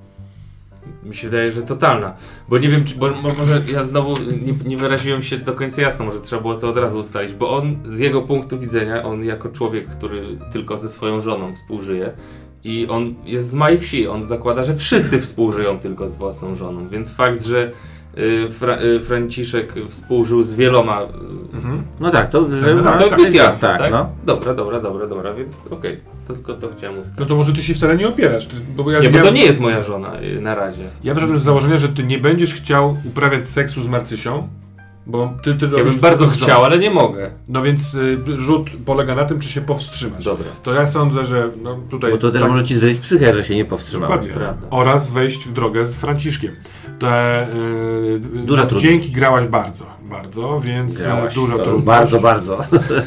Mi się wydaje, że totalna. Bo nie wiem, czy, bo może ja znowu nie wyraziłem się do końca jasno, może trzeba było to od razu ustalić, bo on z jego punktu widzenia, on jako człowiek, który tylko ze swoją żoną współżyje i on jest z małej wsi, on zakłada, że wszyscy współżyją tylko z własną żoną, więc fakt, że Franciszek współżył z wieloma... No tak, to, że No to jest jasne, tak, tak? no. Dobra, więc okej. Tylko to chciałem ustalić. No to może ty się wcale nie opierasz, bo Bo to nie jest moja żona na razie. Ja wyszedłem z założenia, że ty nie będziesz chciał uprawiać seksu z Marcysią, bo ty Ja bym bardzo chciał, ale nie mogę. No więc rzut polega na tym, czy się powstrzymasz. Dobra. To ja sądzę, że no, tutaj... Bo to też może ci zryć psychę, że się nie powstrzymałeś. Dokładnie. prawda. Oraz wejść w drogę z Franciszkiem. Te Duża dzięki trudność. grałaś bardzo, więc Grałaś. dużo To trudności. bardzo.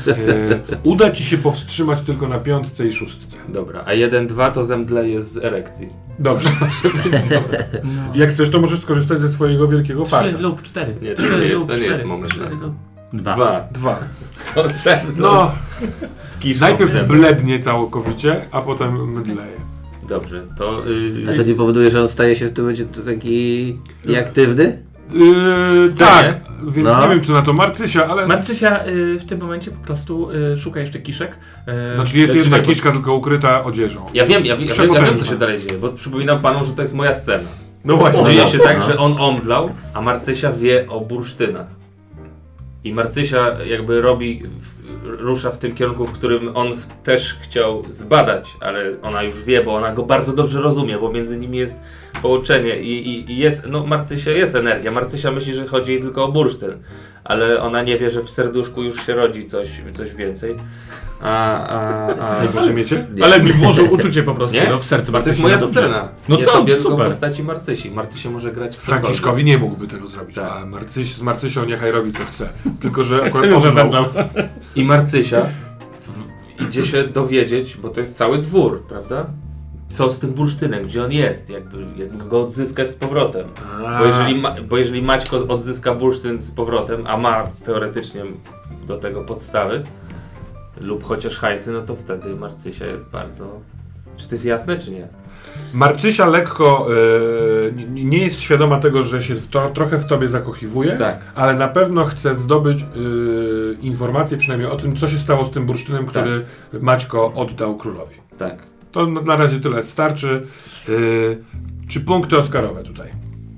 Uda ci się powstrzymać tylko na 5 i 6. Dobra, a 1-2 to zemdleje z erekcji. Dobrze. No. Jak chcesz, to możesz skorzystać ze swojego wielkiego 3 farta. lub 4. Nie, to nie jest- to nie jest moment na to. 2. 2. To zemdlał No, z kiszką. najpierw zemdlał. blednie całkowicie, a potem mdleje. Dobrze, to... A to nie powoduje, że on staje się w tym momencie taki nieaktywny? Tak, więc No. nie wiem co na to Marcysia, ale... Marcysia w tym momencie po prostu szuka jeszcze kiszek. Znaczy jest jedna Czekaj, kiszka tylko ukryta odzieżą. Ja wiem, co Przepotężna. się dalej dzieje, bo przypominam panu, że to jest moja scena. No właśnie. Dzieje się tak, no. że on omdlał, a Marcysia wie o bursztynach. I Marcysia jakby rusza w tym kierunku, w którym on też chciał zbadać, ale ona już wie, bo ona go bardzo dobrze rozumie, bo między nimi jest połączenie i jest, no Marcysia jest energia. Marcysia myśli, że chodzi jej tylko o bursztyn, ale ona nie wie, że w serduszku już się rodzi coś więcej. Rozumiecie? Ale mi włożył uczucie po prostu Nie? w serce. To jest moja scena. No nie to tobie, super. tylko postaci Marcysi. Marcysia może grać w cokolwiek. Franciszkowi nie mógłby tego zrobić, Tak. a z Marcysią niechaj robi co chce. Tylko, że akurat Tego, że on zemdlał. I Marcysia idzie się dowiedzieć, bo to jest cały dwór, prawda? Co z tym bursztynem, gdzie on jest, jak go odzyskać z powrotem. Bo jeżeli Maćko odzyska bursztyn z powrotem, a ma teoretycznie do tego podstawy, lub chociaż hajsy, no to wtedy Marcysia jest bardzo... Czy to jest jasne, czy nie? Marcysia lekko nie jest świadoma tego, że się trochę w tobie zakochiwuje, Tak. ale na pewno chce zdobyć informacje przynajmniej o tym, co się stało z tym bursztynem, który Maćko oddał królowi. Tak. To na razie tyle starczy. Czy punkty Oscarowe tutaj?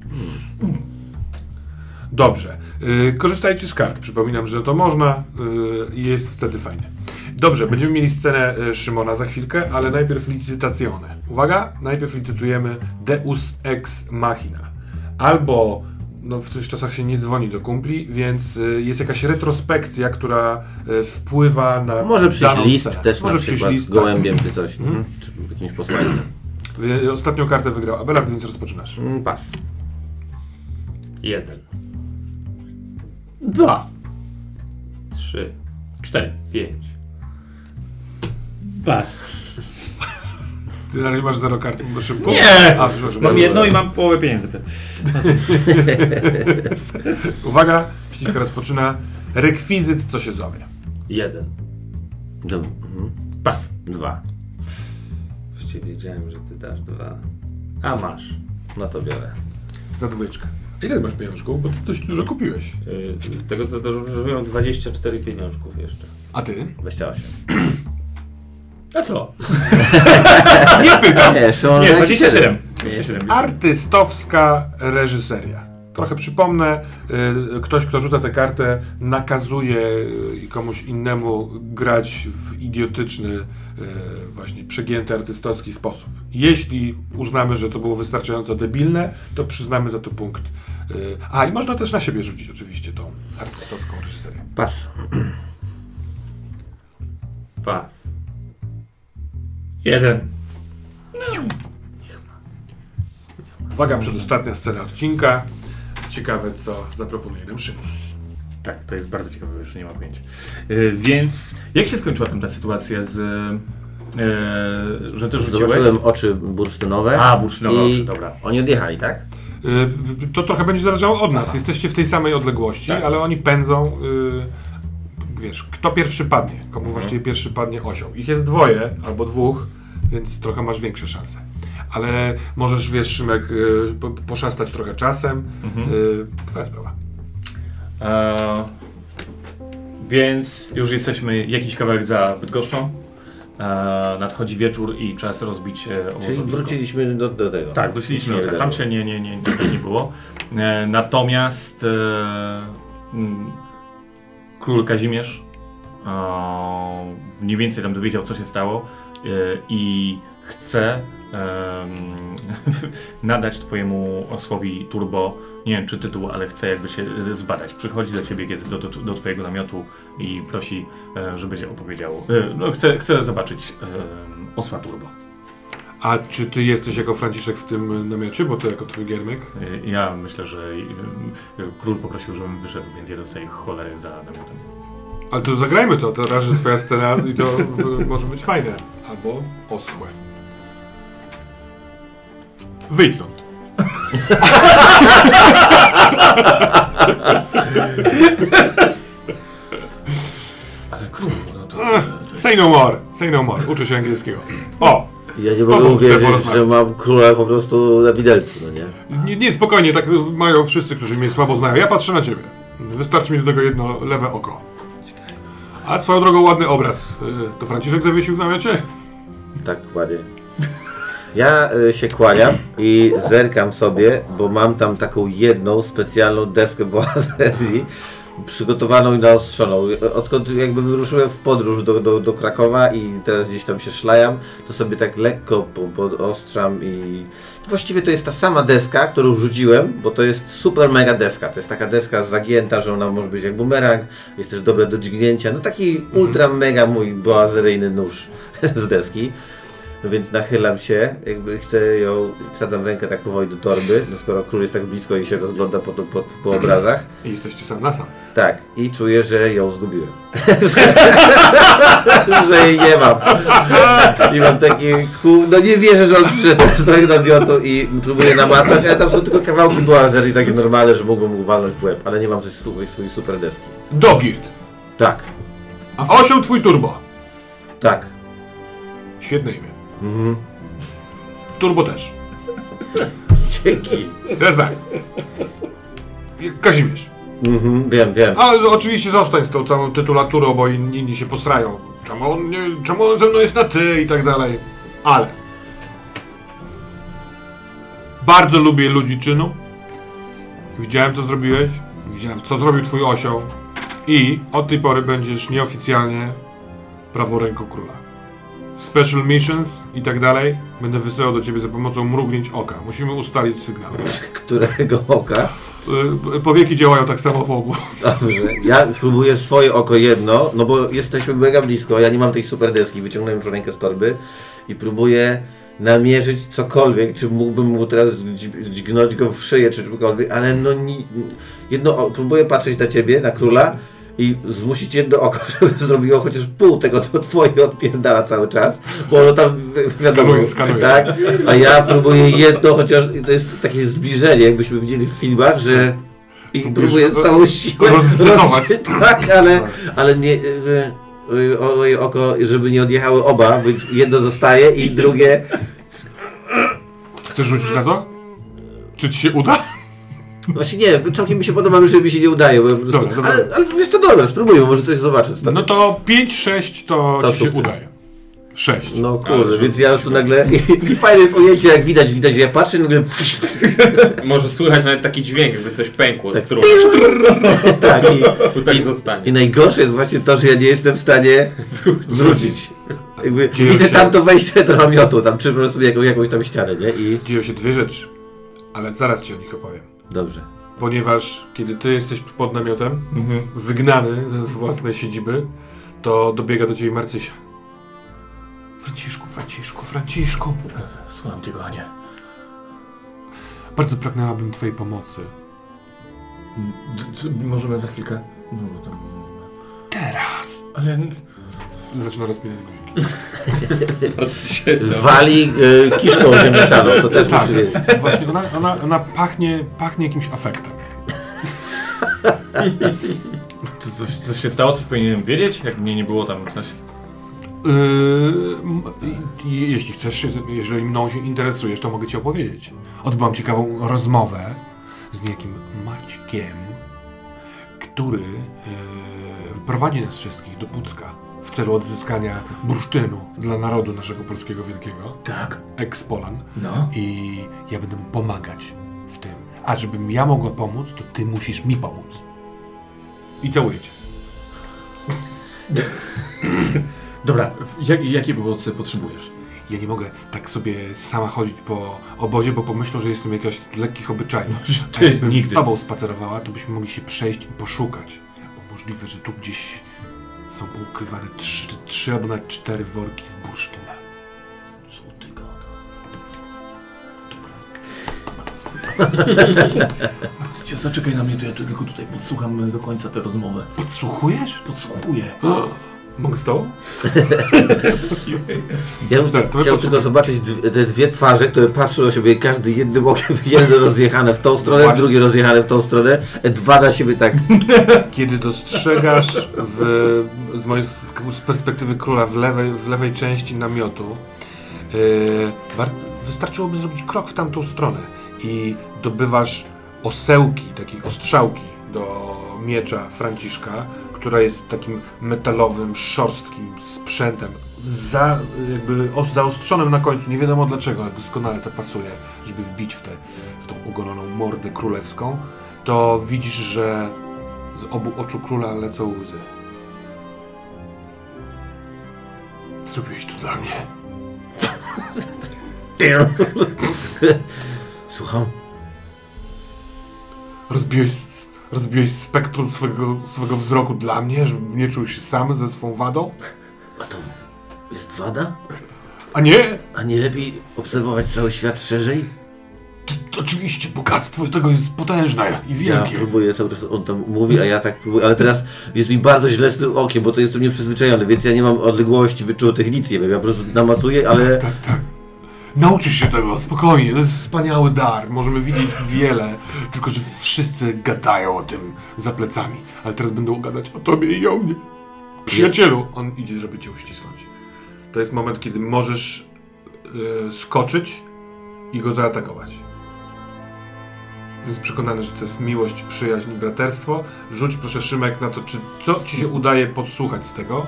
Dobrze. Korzystajcie z kart. Przypominam, że to można i jest wtedy fajnie. Dobrze, będziemy mieli scenę Szymona za chwilkę, ale najpierw licytacjone. Uwaga, najpierw licytujemy Deus Ex Machina. Albo, no w tych czasach się nie dzwoni do kumpli, więc jest jakaś retrospekcja, która wpływa na Może przyjść daną list scenę. też Może na przyjść przykład list, z gołębiem czy coś, Mhm. czy jakimś posłańcem. Ostatnią kartę wygrał Abelard, więc rozpoczynasz. Pas. 1, 2, 3, 4. 5. Pas. Ty na razie masz 0 kart, bo szybko. Nie! A, przepraszam. Mam jedno i mam połowę pieniędzy. Uwaga, śliwka rozpoczyna. Rekwizyt, co się zowie. 1. Dobra. Mhm. Pas. 2. Właściwie wiedziałem, że ty dasz 2. A masz. No to biorę. Za dwójeczkę. Ile masz pieniążków? Bo ty dość dużo kupiłeś. Z tego co zrobiłem 24 pieniążków jeszcze. A ty? 28. A co? Nie pytam. Nie, Szymon, Nie, 27. 27. Artystowska reżyseria. Trochę przypomnę, ktoś, kto rzuca tę kartę, nakazuje komuś innemu grać w idiotyczny, właśnie przegięty artystowski sposób. Jeśli uznamy, że to było wystarczająco debilne, to przyznamy za to punkt. I można też na siebie rzucić oczywiście tą artystowską reżyserię. Pas. Pas. 1. Uwaga, przedostatnia scena odcinka. Ciekawe, co zaproponuje nam Szymon. Tak, to jest bardzo ciekawe, jeszcze nie ma pojęcia. Więc jak się skończyła tam ta sytuacja z... że ty rzuciłeś? Zobaczyłem oczy bursztynowe. A, bursztynowe i oczy, dobra. Oni odjechali, tak? To trochę będzie zależało od nas. Jesteście w tej samej odległości, Tak. ale oni pędzą. Wiesz, kto pierwszy padnie, komu właściwie pierwszy padnie osioł. Ich jest 2 albo 2, więc trochę masz większe szanse. Ale możesz, wiesz, Szymek, poszastać trochę czasem. Twoja sprawa. Więc już jesteśmy jakiś kawałek za Bydgoszczą. Nadchodzi wieczór i czas rozbić Czyli obozowisko. wróciliśmy do tego. Tak, wróciliśmy. Nie Tak, tam się nie było. Natomiast król Kazimierz mniej więcej tam dowiedział, co się stało i chce nadać twojemu osłowi Turbo, nie wiem czy tytuł, ale chce jakby się zbadać. Przychodzi do ciebie do twojego namiotu i prosi, żebyś opowiedział. No, chce zobaczyć osła Turbo. A czy ty jesteś jako Franciszek w tym namiocie, bo to jako twój giermek? Ja myślę, że król poprosił, żebym wyszedł, więc ja dostaję cholery za namiotem. Ale to zagrajmy to, raz, że twoja scena i to może być fajne. Albo oschłe. Wyjdź stąd. Ale król, no to... Say no more, say no more. Uczę się angielskiego. O! Ja nie Z mogę tobą chcę uwierzyć, porozmawiać. że mam króla po prostu na widelcu, no nie? Nie, spokojnie, tak mają wszyscy, którzy mnie słabo znają. Ja patrzę na ciebie. Wystarczy mi do tego jedno lewe oko. A swoją drogą ładny obraz. To Franciszek zawiesił w namiocie? Tak, ładnie. Ja się kłaniam i zerkam sobie, bo mam tam taką jedną specjalną deskę bohaterii, przygotowaną i naostrzoną. Odkąd jakby wyruszyłem w podróż do Krakowa i teraz gdzieś tam się szlajam, to sobie tak lekko podostrzam i właściwie to jest ta sama deska, którą rzuciłem, bo to jest super mega deska. To jest taka deska zagięta, że ona może być jak bumerang, jest też dobre do dźgnięcia. No taki ultra mega mój boazeryjny nóż z deski. No więc nachylam się, jakby chcę ją, wsadzam rękę tak powoli do torby, no skoro król jest tak blisko i się rozgląda po obrazach. I jesteście sam na sam. Tak, i czuję, że ją zgubiłem. Że jej nie mam. I mam taki no nie wierzę, że on przyszedł z tego namiotu i próbuję namacać, ale tam są tylko kawałki boazerii takie normalne, że mógłbym mu walnąć w łeb, ale nie mam swojej super deski. Dovgirt. Tak, A osioł twój turbo. tak. Świetne imię. Turbo też. Dzięki. Teraz tak. Kazimierz. Wiem. A oczywiście zostań z tą całą tytulaturą, bo inni się posrają. Czemu on ze mną jest na ty i tak dalej. Ale bardzo lubię ludzi czynu. Widziałem, co zrobiłeś. Widziałem, co zrobił twój osioł. I od tej pory będziesz nieoficjalnie prawą ręką króla. Special missions i tak dalej będę wysyłał do ciebie za pomocą mrugnięć oka. Musimy ustalić sygnał. Którego oka? Powieki działają tak samo w obu. Dobrze, ja spróbuję swoje oko jedno, no bo jesteśmy mega blisko, ja nie mam tej super deski, wyciągnąłem już rękę z torby i próbuję namierzyć cokolwiek, czy mógłbym mu teraz dźgnąć go w szyję, czy czymkolwiek, ale no próbuję patrzeć na ciebie, na króla i zmusić jedno oko, żeby zrobiło chociaż pół tego, co twoje odpierdala cały czas, bo ono tam, wiadomo, Skanuje. tak, a ja próbuję jedno, chociaż to jest takie zbliżenie, jakbyśmy widzieli w filmach, że i próbuję z całą siłę tak, ale nie, moje oko, żeby nie odjechały oba, więc jedno zostaje i drugie... Chcesz rzucić na to? Czy ci się uda? Właśnie nie, całkiem mi się podoba, że mi się nie udaje. Bo Dobra. Ale jest to dobre, spróbujmy, może coś zobaczę. No to 5-6 to ci się sukces. udaje. 6. No kurde, więc ja już tu nagle... I fajne jest ujęcie, jak widać, ja patrzę i nagle... Może słychać nawet taki dźwięk, jakby coś pękło z trumny. Tak, Tak zostanie. i najgorsze jest właśnie to, że ja nie jestem w stanie wrócić. Jakby Dzieją widzę się- tam to wejście do namiotu, tam czy po prostu jakąś tam ścianę, nie? I... Dzieją się dwie rzeczy, ale zaraz ci o nich opowiem. Dobrze. Ponieważ kiedy ty jesteś pod namiotem, wygnany ze własnej siedziby, to dobiega do ciebie Marcysia. Franciszku. Słucham cię, kochanie. Bardzo pragnęłabym twojej pomocy. Możemy za chwilkę? No, bo tam... Teraz! Ale... Zaczyna rozpinać guziki. Wali kiszką ziemniaczaną, to też Tak, muszę wiedzieć. właśnie ona pachnie jakimś afektem. Coś się stało? Coś powinienem wiedzieć? Jak mnie nie było tam coś... Jeśli chcesz, jeżeli mną się interesujesz, to mogę ci opowiedzieć. Odbyłam ciekawą rozmowę z niejakim Maćkiem, który prowadzi nas wszystkich do Pucka w celu odzyskania bursztynu dla narodu naszego polskiego wielkiego. Tak. Ex-Polan. No. I ja będę mu pomagać w tym. A żebym ja mogła pomóc, to ty musisz mi pomóc. I całuję cię. Dobra, jakie pomocy potrzebujesz? Ja nie mogę tak sobie sama chodzić po obozie, bo pomyślą, że jestem jakaś lekkich obyczajów. Ty Jakbym nigdy. z tobą spacerowała, to byśmy mogli się przejść i poszukać. Bo możliwe, że tu gdzieś są poukrywane 3 albo nawet 4 worki z bursztynem. Co ty gada? Zaczekaj na mnie, to ja tylko tutaj podsłucham do końca tę rozmowę. Podsłuchujesz? Podsłuchuję. Mogę z tobą? Ja bym Tak, to chciał my tylko zobaczyć te dwie twarze, które patrzą na siebie, każdy jednym okiem, jedno rozjechane w tą stronę, Właśnie. drugie rozjechane w tą stronę, dwa na siebie tak. Kiedy dostrzegasz z mojej z perspektywy króla w lewej części namiotu, wystarczyłoby zrobić krok w tamtą stronę i dobywasz osełki, takiej ostrzałki do miecza Franciszka, która jest takim metalowym, szorstkim sprzętem, zaostrzonym na końcu, nie wiadomo dlaczego, ale doskonale to pasuje, żeby wbić w tą ugoloną mordę królewską, to widzisz, że Z obu oczu króla lecą łzy. Zrobiłeś to dla mnie. Słucham? Rozbiłeś spektrum swego wzroku dla mnie, żebym nie czuł się sam ze swą wadą? A to jest wada? A nie? A nie lepiej obserwować cały świat szerzej? Oczywiście, bogactwo tego jest potężne i Ja wielkie. próbuję cały czas, on tam mówi, a ja tak próbuję, ale teraz jest mi bardzo źle z tym okiem, bo to jestem nieprzyzwyczajony, więc ja nie mam odległości wyczułych, nic nie wiem, ja po prostu namatuję, ale... Tak. Nauczysz się tego, spokojnie, to jest wspaniały dar, możemy widzieć wiele, tylko że wszyscy gadają o tym za plecami, ale teraz będą gadać o tobie i o mnie. Przyjacielu, on idzie, żeby cię uścisnąć. To jest moment, kiedy możesz skoczyć i go zaatakować. Jest przekonany, że to jest miłość, przyjaźń i braterstwo. Rzuć proszę, Szymek, na to, co ci się udaje podsłuchać z tego.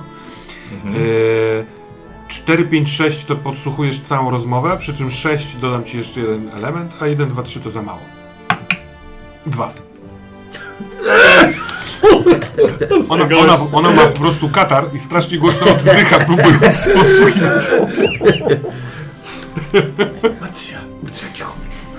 4, 5, 6 to podsłuchujesz całą rozmowę, przy czym 6 dodam ci jeszcze jeden element, a 1, 2, 3 to za mało. 2. Ona ma po prostu katar i strasznie głośno oddycha, próbując podsłuchiwać. Macja, cicho.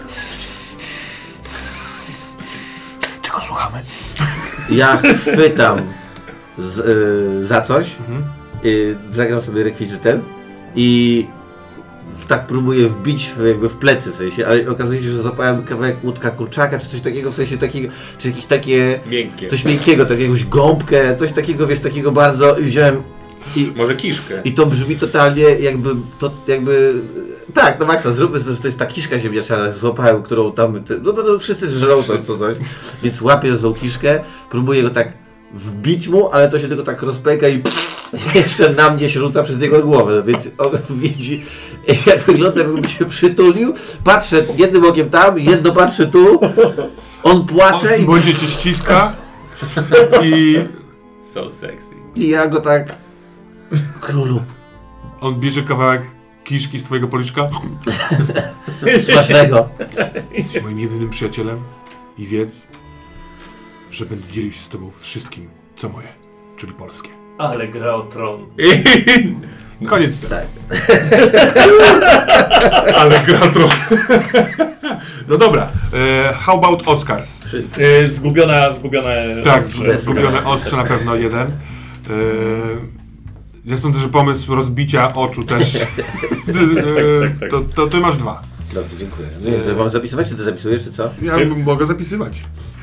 Czego słuchamy? Ja chwytam za coś, zagram sobie rekwizytem i tak próbuję wbić jakby w plecy w sensie, ale okazuje się, że złapałem kawałek łódka kurczaka, czy coś takiego, w sensie takiego, czy jakieś takie... Miękkie. Coś miękkiego, tak jakąś gąbkę, coś takiego, wiesz, takiego bardzo i wziąłem Może kiszkę. i to brzmi totalnie jakby tak, no maksa, zróbmy, to jest ta kiszka ziemniaczana, złapałem, którą tam, no bo wszyscy żrą to coś, więc łapię tą kiszkę, próbuję go tak wbić mu, ale to się tylko tak rozpęka i jeszcze na mnie się rzuca przez jego głowę, no więc on widzi, jak wygląda, jakby się przytulił, patrzę jednym okiem tam, jedno patrzy tu, on płacze W bądźcie cię ściska i So sexy. i ja go tak, królu, on bierze kawałek kiszki z twojego policzka. smacznego. Jesteś moim jedynym przyjacielem i wiedz, że będę dzielił się z tobą wszystkim, co moje, czyli polskie. Ale gra o tron. Koniec sceny. Tak. Ale gratro. No dobra, how about Oscars? Wszyscy. Zgubione Tak, ostrze. zgubione ostrze na pewno jeden. Ja sądzę, że pomysł rozbicia oczu też. tak. To ty masz 2. Dobrze, dziękuję. Nie wiem, mam zapisywać, czy ty zapisujesz, czy co? Ja mogę zapisywać.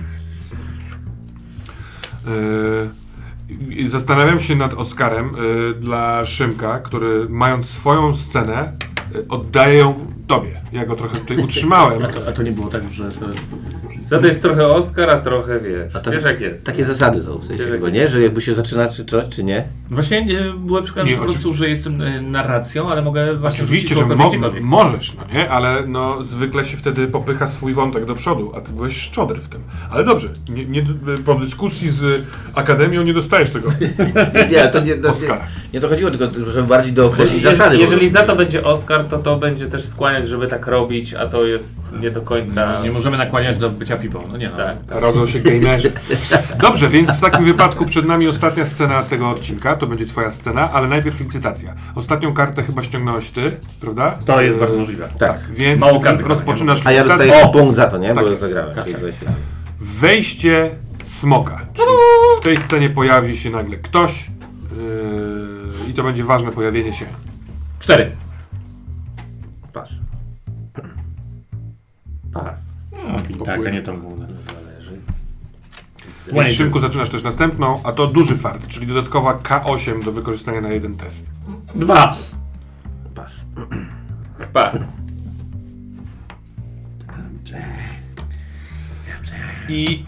Zastanawiam się nad Oscarem dla Szymka, który mając swoją scenę oddaje ją tobie. Ja go trochę tutaj utrzymałem. A to nie było tak, że... Za to jest trochę Oscar, a trochę wiesz. A to- Wiesz jak jest. Takie zasady są w sensie chyba, nie? Że jakby się zaczyna czy coś, czy nie? Właśnie byłem przekonany, Nie, że po prostu, że jestem narracją, ale mogę właśnie Oczywiście, rzucić że kogokolwiek. możesz, no nie? Ale no zwykle się wtedy popycha swój wątek do przodu, a ty byłeś szczodry w tym. Ale dobrze, po dyskusji z Akademią nie dostajesz tego Nie, ale to nie Oscara. to chodziło, tylko żeby bardziej dookreślić zasady. Jeżeli po za to będzie Oscar, to będzie też skłaniać, żeby tak robić, a to jest nie do końca... Nie możemy nakłaniać do bycia pipą, no nie no. Tak. Rodzą się gamerzy. Dobrze, więc w takim wypadku przed nami ostatnia scena tego odcinka, to będzie twoja scena, ale najpierw licytacja. Ostatnią kartę chyba ściągnąłeś ty, prawda? To jest bardzo możliwe. Tak. Więc Mało karty rozpoczynasz A ja licytację. dostaję punkt za to, nie? Bo jest. zagrałem. Kasę. Wejście smoka. Czyli w tej scenie pojawi się nagle ktoś i to będzie ważne pojawienie się. 4. Pas. Pas. Tak, a nie to główne. Zależy. Więc Szymku zaczynasz też następną, a to duży fart, czyli dodatkowa K8 do wykorzystania na jeden test. 2. Pas. Pas. I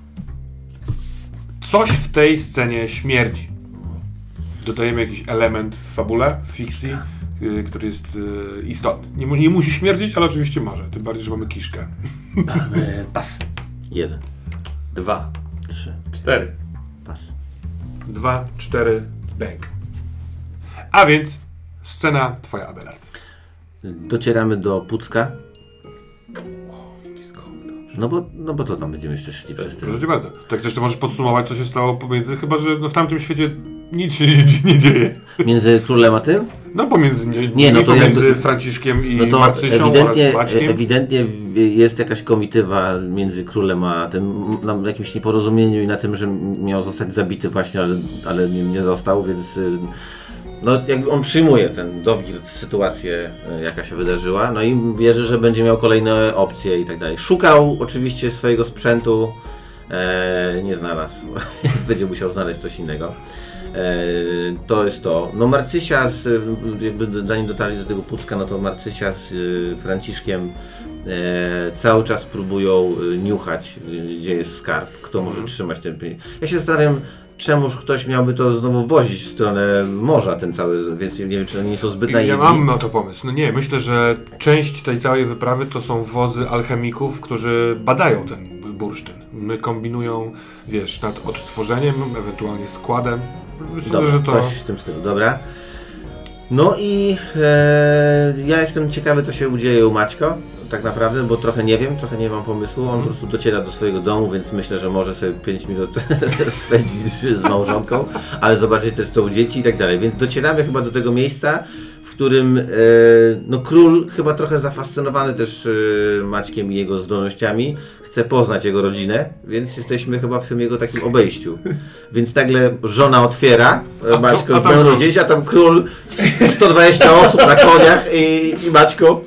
coś w tej scenie śmierdzi. Dodajemy jakiś element w fabule, w fikcji, który jest istotny. Nie musi śmierdzić, ale oczywiście może. Tym bardziej, że mamy kiszkę. Pas. 1, 2. 3, 4. pas. 2, 4, bang. A więc scena twoja, Abelard. Docieramy do Pucka. No bo co tam będziemy jeszcze szli przez ten... Proszę cię bardzo. Tak też to możesz podsumować, co się stało pomiędzy, chyba że w tamtym świecie nic się nie dzieje. Między królem a tym? No pomiędzy pomiędzy Franciszkiem i Marcysią oraz Maćkiem. Ewidentnie jest jakaś komitywa między królem a tym, na jakimś nieporozumieniu i na tym, że miał zostać zabity właśnie, ale nie został, więc no jakby on przyjmuje ten Dowgird, sytuację jaka się wydarzyła, no i wierzy, że będzie miał kolejne opcje i tak dalej. Szukał oczywiście swojego sprzętu, nie znalazł, więc będzie musiał znaleźć coś innego. To jest to. No Marcysia, jakby zanim dotarli do tego Pucka, no to Marcysia z Franciszkiem cały czas próbują niuchać, gdzie jest skarb, kto może trzymać ten pieniądz. Ja się zastanawiam, czemuż ktoś miałby to znowu wozić w stronę morza, ten cały, więc nie wiem, czy oni nie są zbyt naiwni. Ja mam na to pomysł. No nie, myślę, że część tej całej wyprawy to są wozy alchemików, którzy badają ten bursztyn. My kombinują, wiesz, nad odtworzeniem, ewentualnie składem. Myślę, Dobra, że to... coś w tym stylu, dobra. No i ja jestem ciekawy, co się udzieje u Maćka, tak naprawdę, bo trochę nie mam pomysłu. On po prostu dociera do swojego domu, więc myślę, że może sobie 5 minut spędzić z małżonką, ale zobaczyć też, co u dzieci i tak dalej. Więc docieramy chyba do tego miejsca, w którym no król, chyba trochę zafascynowany też Maćkiem i jego zdolnościami, chce poznać jego rodzinę, więc jesteśmy chyba w tym jego takim obejściu. Więc nagle żona otwiera, Maćko pełno dzieci, a tam król, 120 osób na koniach i Maćko.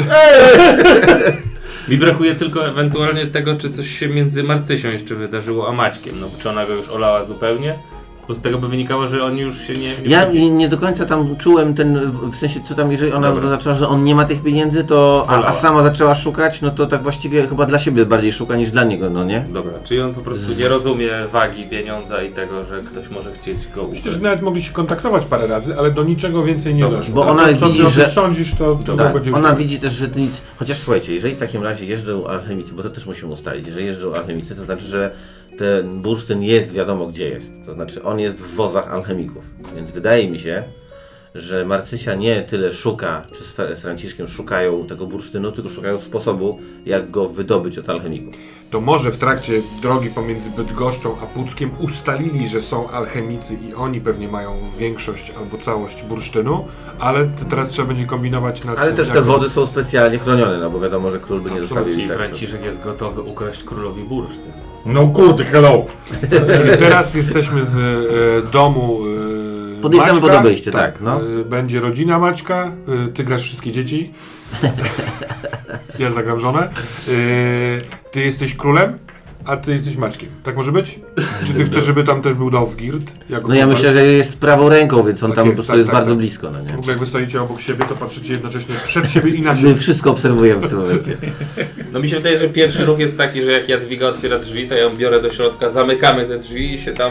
Mi brakuje tylko ewentualnie tego, czy coś się między Marcysią jeszcze wydarzyło, a Maćkiem. No, czy ona go już olała zupełnie? Bo z tego by wynikało, że oni już się nie... Ja nie do końca tam czułem w sensie co tam, jeżeli ona zaczęła, że on nie ma tych pieniędzy, to a sama zaczęła szukać, no to tak właściwie chyba dla siebie bardziej szuka niż dla niego, no nie? Dobra, czyli on po prostu nie rozumie wagi pieniądza i tego, że ktoś może chcieć go ukraść. Myślę, że nawet mogli się kontaktować parę razy, ale do niczego więcej nie doszło. Bo ona widzi, że... sądzisz, to tak, ona widzi też, że to nic... Chociaż słuchajcie, jeżeli w takim razie jeżdżą alchemicy, bo to też musimy ustalić, że jeżdżą alchemicy, to znaczy, że ten bursztyn jest wiadomo gdzie jest, to znaczy on jest w wozach alchemików, więc wydaje mi się, że Marcysia nie tyle szuka, czy z Franciszkiem szukają tego bursztynu, tylko szukają sposobu, jak go wydobyć od alchemików. To może w trakcie drogi pomiędzy Bydgoszczą a Puckiem ustalili, że są alchemicy i oni pewnie mają większość albo całość bursztynu, ale teraz trzeba będzie kombinować nad ale też te wody są specjalnie chronione, no bo wiadomo, że król by nie zostawił. Czyli tak Franciszek jest gotowy ukraść królowi bursztyn. No kurde, hello! Czyli teraz jesteśmy w domu podjeżdżamy Maćka, pod obejście, tak. No. Będzie rodzina Maćka, ty grasz wszystkie dzieci. Ja zagram żonę. Ty jesteś królem, a ty jesteś Maćkiem. Tak może być? Czy ty chcesz, żeby tam też był Dowgird? No ja myślę, że jest prawą ręką, więc on tak tam jest, po prostu tak, jest tak, bardzo tak. blisko. No nie? W ogóle jak wy stoicie obok siebie, to patrzycie jednocześnie przed siebie i na siebie. My wszystko obserwujemy w tym momencie. No mi się wydaje, że pierwszy ruch jest taki, że jak Jadwiga otwiera drzwi, to ja ją biorę do środka, zamykamy te drzwi i się tam...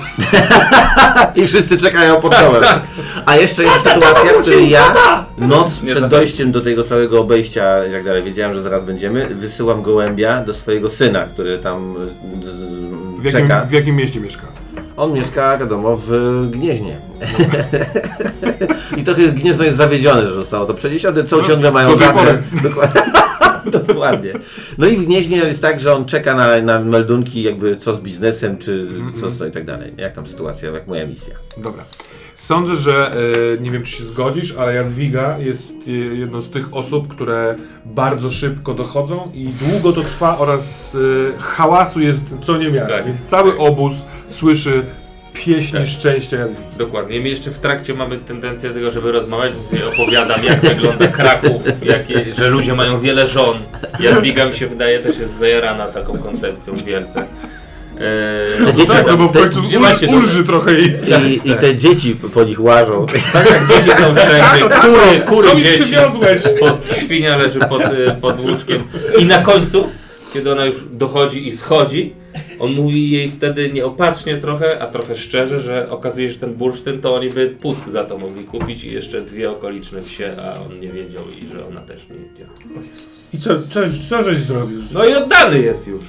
I wszyscy czekają pod domem. A jeszcze jest sytuacja, w której ja noc przed dojściem do tego całego obejścia i tak dalej, wiedziałem, że zaraz będziemy, wysyłam gołębia do swojego syna, który tam czeka. W jakim mieście mieszka? On mieszka, wiadomo, w Gnieźnie. I trochę Gniezno jest zawiedzione, że zostało to przeniesione, co ciągle mają żadne. Dokładnie. No i w Gnieźnie jest tak, że on czeka na meldunki, jakby co z biznesem, czy co z to i tak dalej. Jak tam sytuacja, jak moja misja. Dobra. Sądzę, że nie wiem, czy się zgodzisz, ale Jadwiga jest jedną z tych osób, które bardzo szybko dochodzą i długo to trwa oraz hałasu jest co niemiara. Tak. Więc cały obóz słyszy pieśni szczęścia Jadwigi. Dokładnie. My jeszcze w trakcie mamy tendencję do tego, żeby rozmawiać, więc jej opowiadam, jak wygląda Kraków, że ludzie mają wiele żon. Jadwiga, mi się wydaje, też jest zajarana taką koncepcją wielce. No bo w końcu ulży trochę i te dzieci po nich łażą. Tak jak dzieci są wszędzie, kury co mi dzieci, przywiozłeś? świnia leży pod łóżkiem i na końcu, kiedy ona już dochodzi i schodzi, on mówi jej wtedy nieopatrznie trochę, a trochę szczerze, że okazuje się, że ten bursztyn to oni by Puck za to mogli kupić i jeszcze 2 okoliczne wsie, a on nie wiedział i że ona też nie wiedziała. I co żeś zrobił? No i oddany jest już.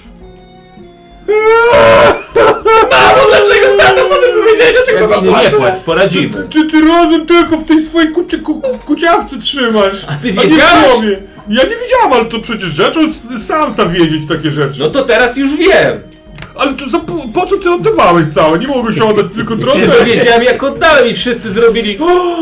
Mamo, dlaczego tato, co ty powiedziałeś? Dlaczego nie płacz, poradzimy. Ty razem tylko w tej swojej kuciawce trzymasz. A ty wiedziałeś? Ja nie widziałam, ale to przecież rzeczą samca wiedzieć takie rzeczy. No to teraz już wiem. Ale to po co ty oddawałeś całe? Nie mogłeś oddać tylko Się trochę. dowiedziałem jak oddałem i wszyscy zrobili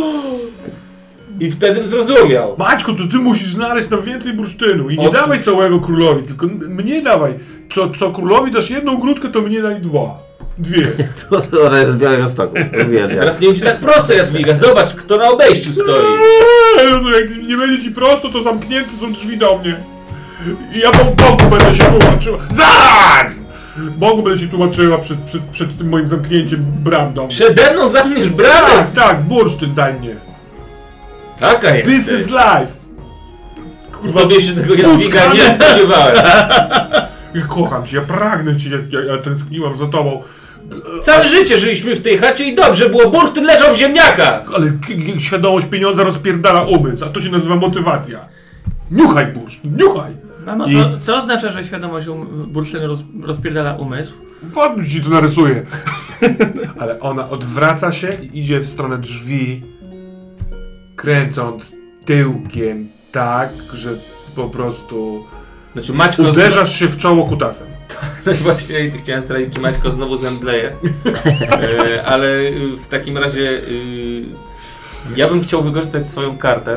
i wtedy zrozumiał. Maćku, to ty musisz znaleźć nam więcej bursztynu i nie Otóż. dawaj całego królowi, tylko mnie dawaj. Co królowi dasz jedną grudkę, to mnie daj dwie. To ona jest z Białegostoku. Uwielbiam. Teraz nie będzie tak prosto, Jadwiga. Zobacz, kto na obejściu stoi. No jak nie będzie ci prosto, to zamknięte są drzwi do mnie. I ja Bogu będę się tłumaczyła. Zaraz! Bogu będę się tłumaczyła przed tym moim zamknięciem bram do mnie. Przede mną zamkniesz bramę. Tak, bursztyn daj mnie. Taka jest. This is life. Kurwa, tobie się tego Jadwiga nie spodziewałem. Ja kocham cię, ja pragnę cię, ja tęskniłam za tobą. Całe życie żyliśmy w tej chacie i dobrze było, bursztyn leżał w ziemniakach. Ale świadomość pieniądza rozpierdala umysł, a to się nazywa motywacja. Niuchaj bursztyn, niuchaj! Mamo, I- co oznacza, że świadomość bursztynu rozpierdala umysł? Ładnie ci to narysuję. Ale ona odwraca się i idzie w stronę drzwi, kręcąc tyłkiem tak, że po prostu Znaczy Maćko... uderzasz się w czoło kutasem. No właśnie chciałem sprawdzić, czy Maćko znowu zemdleje. Ale w takim razie ja bym chciał wykorzystać swoją kartę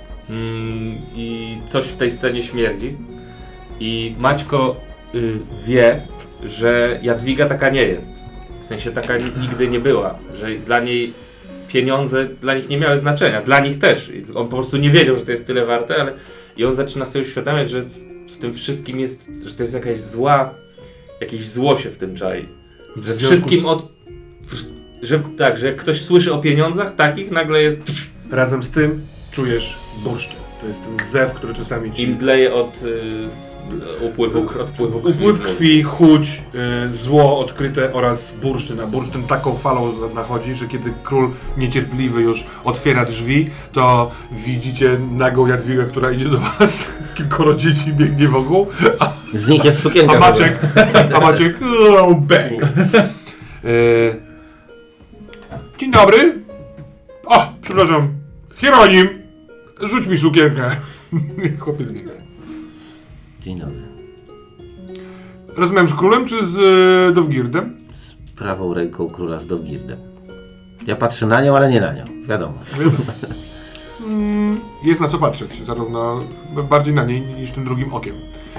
i coś w tej scenie śmierdzi. I Maćko wie, że Jadwiga taka nie jest. W sensie taka nigdy nie była. Że dla niej pieniądze dla nich nie miały znaczenia. Dla nich też. I on po prostu nie wiedział, że to jest tyle warte, ale i on zaczyna sobie uświadamiać, że w tym wszystkim jest, że to jest jakaś jakieś zło się w tym czai. Że wszystkim że tak, że jak ktoś słyszy o pieniądzach takich, nagle jest Razem z tym czujesz bursztyn. To jest ten zew, który czasami ci... im dleje od upływu krwi. Upływ krwi, chuć, zło odkryte oraz bursztyn. A bursztyn taką falą nachodzi, że kiedy król niecierpliwy już otwiera drzwi, to widzicie nagą Jadwigę, która idzie do was. Kilkoro dzieci biegnie wokół. Z nich jest sukienka. A Maciek bang. Dzień dobry. O, przepraszam. Hieronim, rzuć mi sukienkę. Chłopiec biega. Dzień dobry. Rozmawiam z królem czy z Dowgirdem? Z prawą ręką króla z Dowgirdem. Ja patrzę na nią, ale nie na nią. Wiadomo. Jest na co patrzeć, zarówno bardziej na niej niż tym drugim okiem.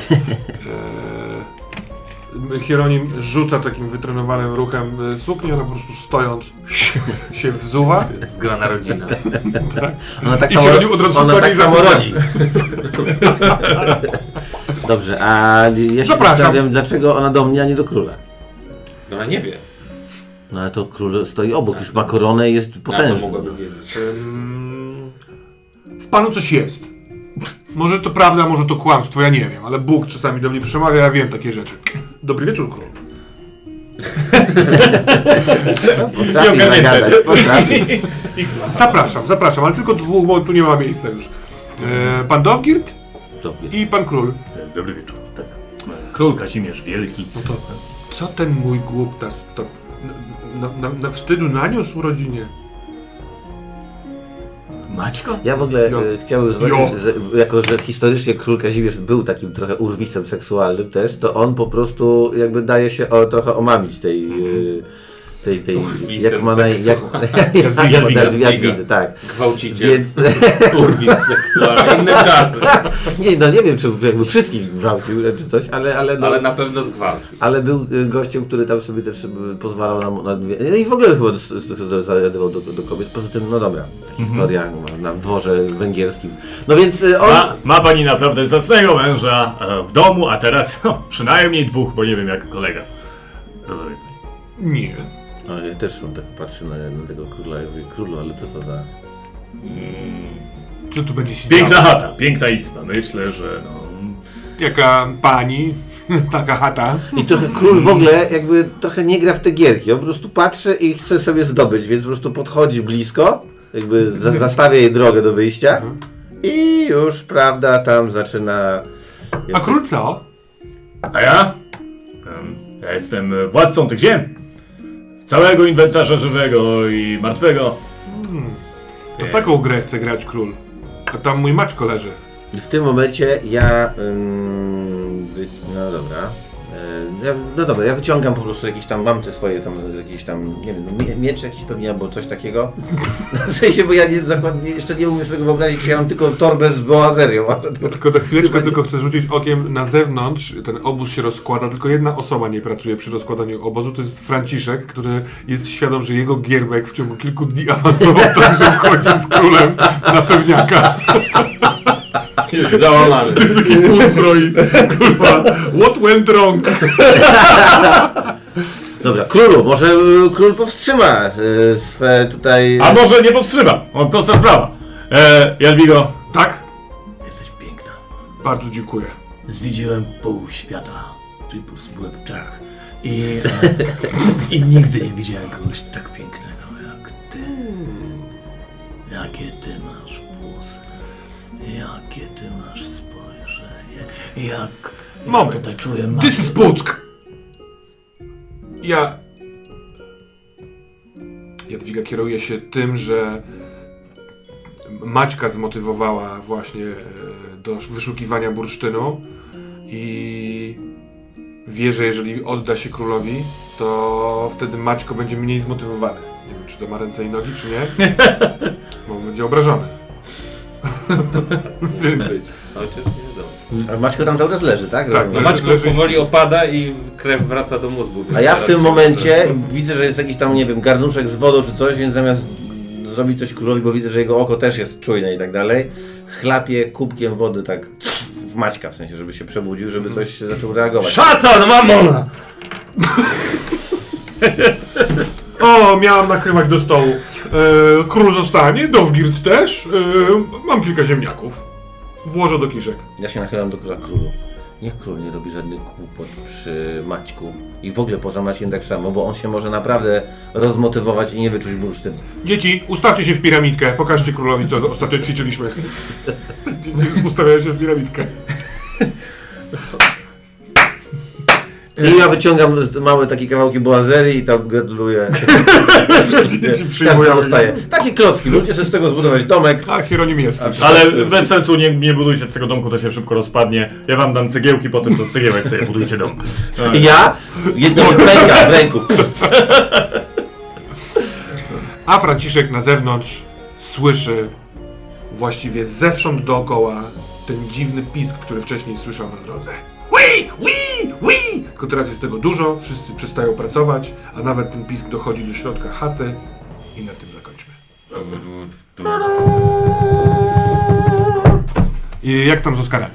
Hieronim rzuca takim wytrenowanym ruchem suknię, ona po prostu stojąc się wzuwa. Zgrana rodzina. Tak. Ona tak I samo, Hieronim od razu ona do tak niej samo zasuwa. rodzi. Dobrze, a ja się Zapraszam. zastanawiam, dlaczego ona do mnie, a nie do króla. No ale nie wie. No ale to król stoi obok, jest ma koronę i jest Na to potężny. mogłaby wiedzieć. W panu coś jest. Może to prawda, może to kłamstwo, ja nie wiem, ale Bóg czasami do mnie przemawia, ja wiem takie rzeczy. Dobry wieczór, król. Potrafi nagadać, potrafi. Zapraszam, ale tylko dwóch, bo tu nie ma miejsca już. Pan Dowgird Dowgird. i pan król. Dobry wieczór. Tak. Król Kazimierz Wielki. No to co ten mój głuptas to na wstydu naniósł rodzinie? Maćko? Ja w ogóle Jo. chciałbym zobaczyć, że jako że historycznie król Kazimierz był takim trochę urwisem seksualnym też, to on po prostu jakby daje się trochę omamić tej Urwisem jak ma na seksualnym. Jadwidzy, tak. Gwałciciel, Więc urwis seksualny, inne czasy. nie wiem, czy jakby wszystkich gwałcił czy coś, ale no, Ale na pewno zgwałcił. ale był gościem, który tam sobie też pozwalał na no i w ogóle chyba zawiadywał do kobiet. Poza tym, no dobra, historia na dworze węgierskim. No więc on... Ma pani naprawdę zacnego męża w domu, a teraz przynajmniej dwóch, bo nie wiem jak kolega. Rozumiem pani. Nie. No, ja też tak patrzę na tego króla i mówię, królu, ale co to za... Co tu będzie się Piękna działo? chata, piękna izba. Myślę, że no... Jaka pani, taka chata. I trochę król w ogóle jakby trochę nie gra w te gierki, on po prostu patrzy i chce sobie zdobyć, więc po prostu podchodzi blisko, jakby zastawia jej drogę do wyjścia i już, prawda, tam zaczyna... A król co? A ja? Ja jestem władcą tych ziem. Całego inwentarza żywego i martwego. To w taką grę chce grać król. A tam mój Maćko leży. W tym momencie ja... no dobra. Ja wyciągam po prostu jakieś tam, mam te swoje tam, jakieś tam, nie wiem, miecz jakiś pewnie, albo coś takiego. W sensie, bo ja jeszcze nie umiem sobie tego wyobrazić, że ja mam tylko torbę z boazerią. Ja tylko na chwileczkę tylko chcę rzucić okiem na zewnątrz, ten obóz się rozkłada, tylko jedna osoba nie pracuje przy rozkładaniu obozu, to jest Franciszek, który jest świadom, że jego gierbek w ciągu kilku dni awansował tak, że wchodzi z królem na pewniaka. Jest załamany. To jest taki półzbroi. Kurwa, what went wrong? Dobra, królu, może król powstrzyma swe tutaj... A może nie powstrzyma? O, prosta sprawa. Jadwigo. Tak? Jesteś piękna. Bardzo dziękuję. Zwiedziłem pół świata, czyli po prostu byłem w Czech. I nigdy nie widziałem kogoś tak pięknego jak ty. Jakie ty masz włosy. Jakie ty masz spojrzenie. Jak Moment. tutaj czuję This is Puck. Jadwiga kieruje się tym, że Maćka zmotywowała właśnie do wyszukiwania bursztynu i wie, że jeżeli odda się królowi, to wtedy Maćko będzie mniej zmotywowany. Nie wiem, czy to ma ręce i nogi, czy nie, bo on będzie obrażony. Więc... Ale Maćko tam cały czas leży, tak? Tak, No Maćko powoli opada i krew wraca do mózgu. A ja w tym momencie widzę, że jest jakiś tam, nie wiem, garnuszek z wodą czy coś, więc zamiast zrobić coś królowi, bo widzę, że jego oko też jest czujne i tak dalej, chlapię kubkiem wody tak w Maćka, w sensie, żeby się przebudził, żeby coś zaczął reagować. Szatan, mamona! O, miałam nakrywać do stołu. Król zostanie, Dowgirt też. Mam kilka ziemniaków. Włożę do kiszek. Ja się nachylam do królu. Niech król nie robi żadnych kłopot przy Maćku. I w ogóle poza Maćkiem tak samo, bo on się może naprawdę rozmotywować i nie wyczuć bursztynu. Dzieci, ustawcie się w piramidkę. Pokażcie królowi, co ostatnio ćwiczyliśmy. Dzieci ustawiają się w piramidkę. I ja wyciągam małe takie kawałki boazerii i tam gratuluję. Dzieci przyjmują. Dostaje. Takie klocki, możecie sobie z tego zbudować domek. Tak, Hieronim jest. Ale bez sensu nie budujcie z tego domku, to się szybko rozpadnie. Ja wam dam cegiełki, potem to z cegiełek sobie budujcie dom. I ja jedną pęka w ręku. A Franciszek na zewnątrz słyszy właściwie zewsząd dookoła ten dziwny pisk, który wcześniej słyszał na drodze. Wi! Tylko teraz jest tego dużo, wszyscy przestają pracować, a nawet ten pisk dochodzi do środka chaty i na tym zakończmy. I jak tam z Oscarami?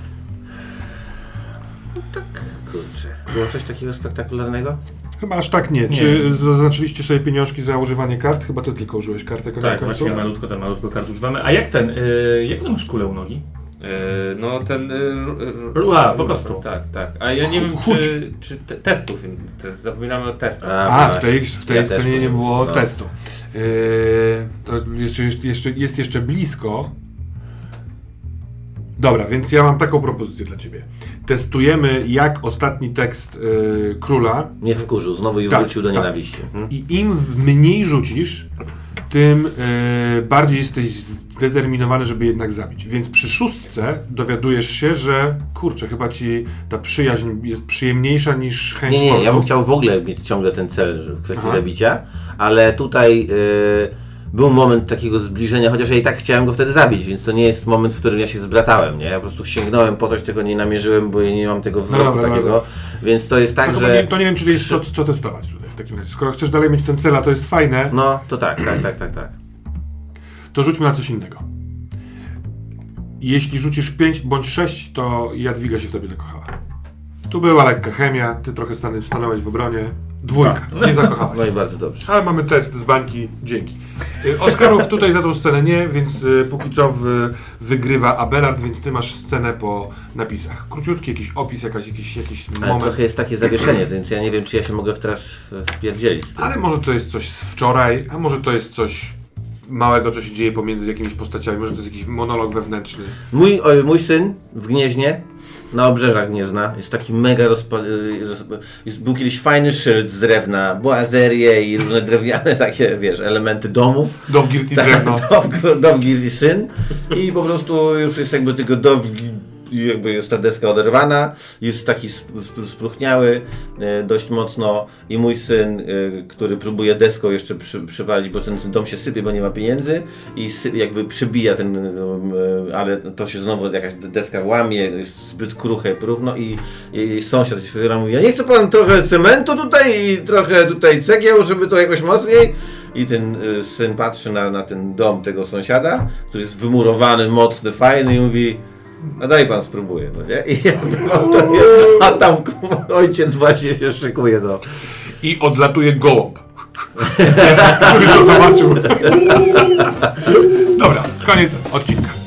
Kurczę, było coś takiego spektakularnego? Chyba aż tak nie. Czy zaznaczyliście sobie pieniążki za używanie kart? Chyba ty tylko użyłeś kartę koniec Tak, końców? właśnie malutko kart używamy. A jak jak masz kulę u nogi? No ten... po prostu. Tak. A ja nie wiem, czy testów, zapominamy o testach. W tej scenie nie było testu. To jest jeszcze blisko. Dobra, więc ja mam taką propozycję dla ciebie. Testujemy, jak ostatni tekst króla... Nie wkurzył, znowu i wrócił do nienawiści. I im mniej rzucisz, tym bardziej jesteś zdeterminowany, żeby jednak zabić. Więc przy 6 dowiadujesz się, że kurczę, chyba ci ta przyjaźń jest przyjemniejsza niż chęć Nie, portu. ja bym chciał w ogóle mieć ciągle ten cel w kwestii zabicia, ale tutaj był moment takiego zbliżenia, chociaż ja i tak chciałem go wtedy zabić, więc to nie jest moment, w którym ja się zbratałem, nie? Ja po prostu sięgnąłem po coś, tego nie namierzyłem, bo ja nie mam tego wzroku takiego, więc to jest tak, że... To nie wiem, czyli jest co testować tutaj w takim razie. Skoro chcesz dalej mieć ten cel, a to jest fajne... No, to tak. To rzućmy na coś innego. Jeśli rzucisz 5 bądź 6, to Jadwiga się w tobie zakochała. Tu była lekka chemia, ty trochę stanąłeś w obronie. 2, nie zakochałaś. No i bardzo dobrze. Ale mamy test z bańki, dzięki. Oscarów tutaj za tą scenę nie, więc póki co wygrywa Abelard, więc ty masz scenę po napisach. Króciutki jakiś opis, jakiś Ale moment. trochę jest takie zawieszenie, więc ja nie wiem, czy ja się mogę teraz wpierdzielić z tym. Ale może to jest coś z wczoraj, a może to jest coś małego, co się dzieje pomiędzy jakimiś postaciami, może to jest jakiś monolog wewnętrzny. Mój syn w Gnieźnie na obrzeżach Gniezna. Jest taki mega był kiedyś fajny szyld z drewna, boazerie i różne drewniane takie, wiesz, elementy domów. Dowgirt i drewno. Dowgirt i syn. I po prostu już jest jakby tylko jakby jest ta deska oderwana, jest taki spróchniały dość mocno i mój syn, który próbuje deską jeszcze przywalić, bo ten dom się sypie, bo nie ma pieniędzy i jakby przybija ale to się znowu jakaś deska łamie, jest zbyt kruche, próchno i sąsiad się mówi, ja nie chce pan trochę cementu tutaj i trochę tutaj cegieł, żeby to jakoś mocniej? I ten syn patrzy na ten dom tego sąsiada, który jest wymurowany, mocny, fajny i mówi, a daj pan spróbuję, no nie? A tam ojciec właśnie się szykuje do... I odlatuje gołąb, który to zobaczył. Dobra, koniec odcinka.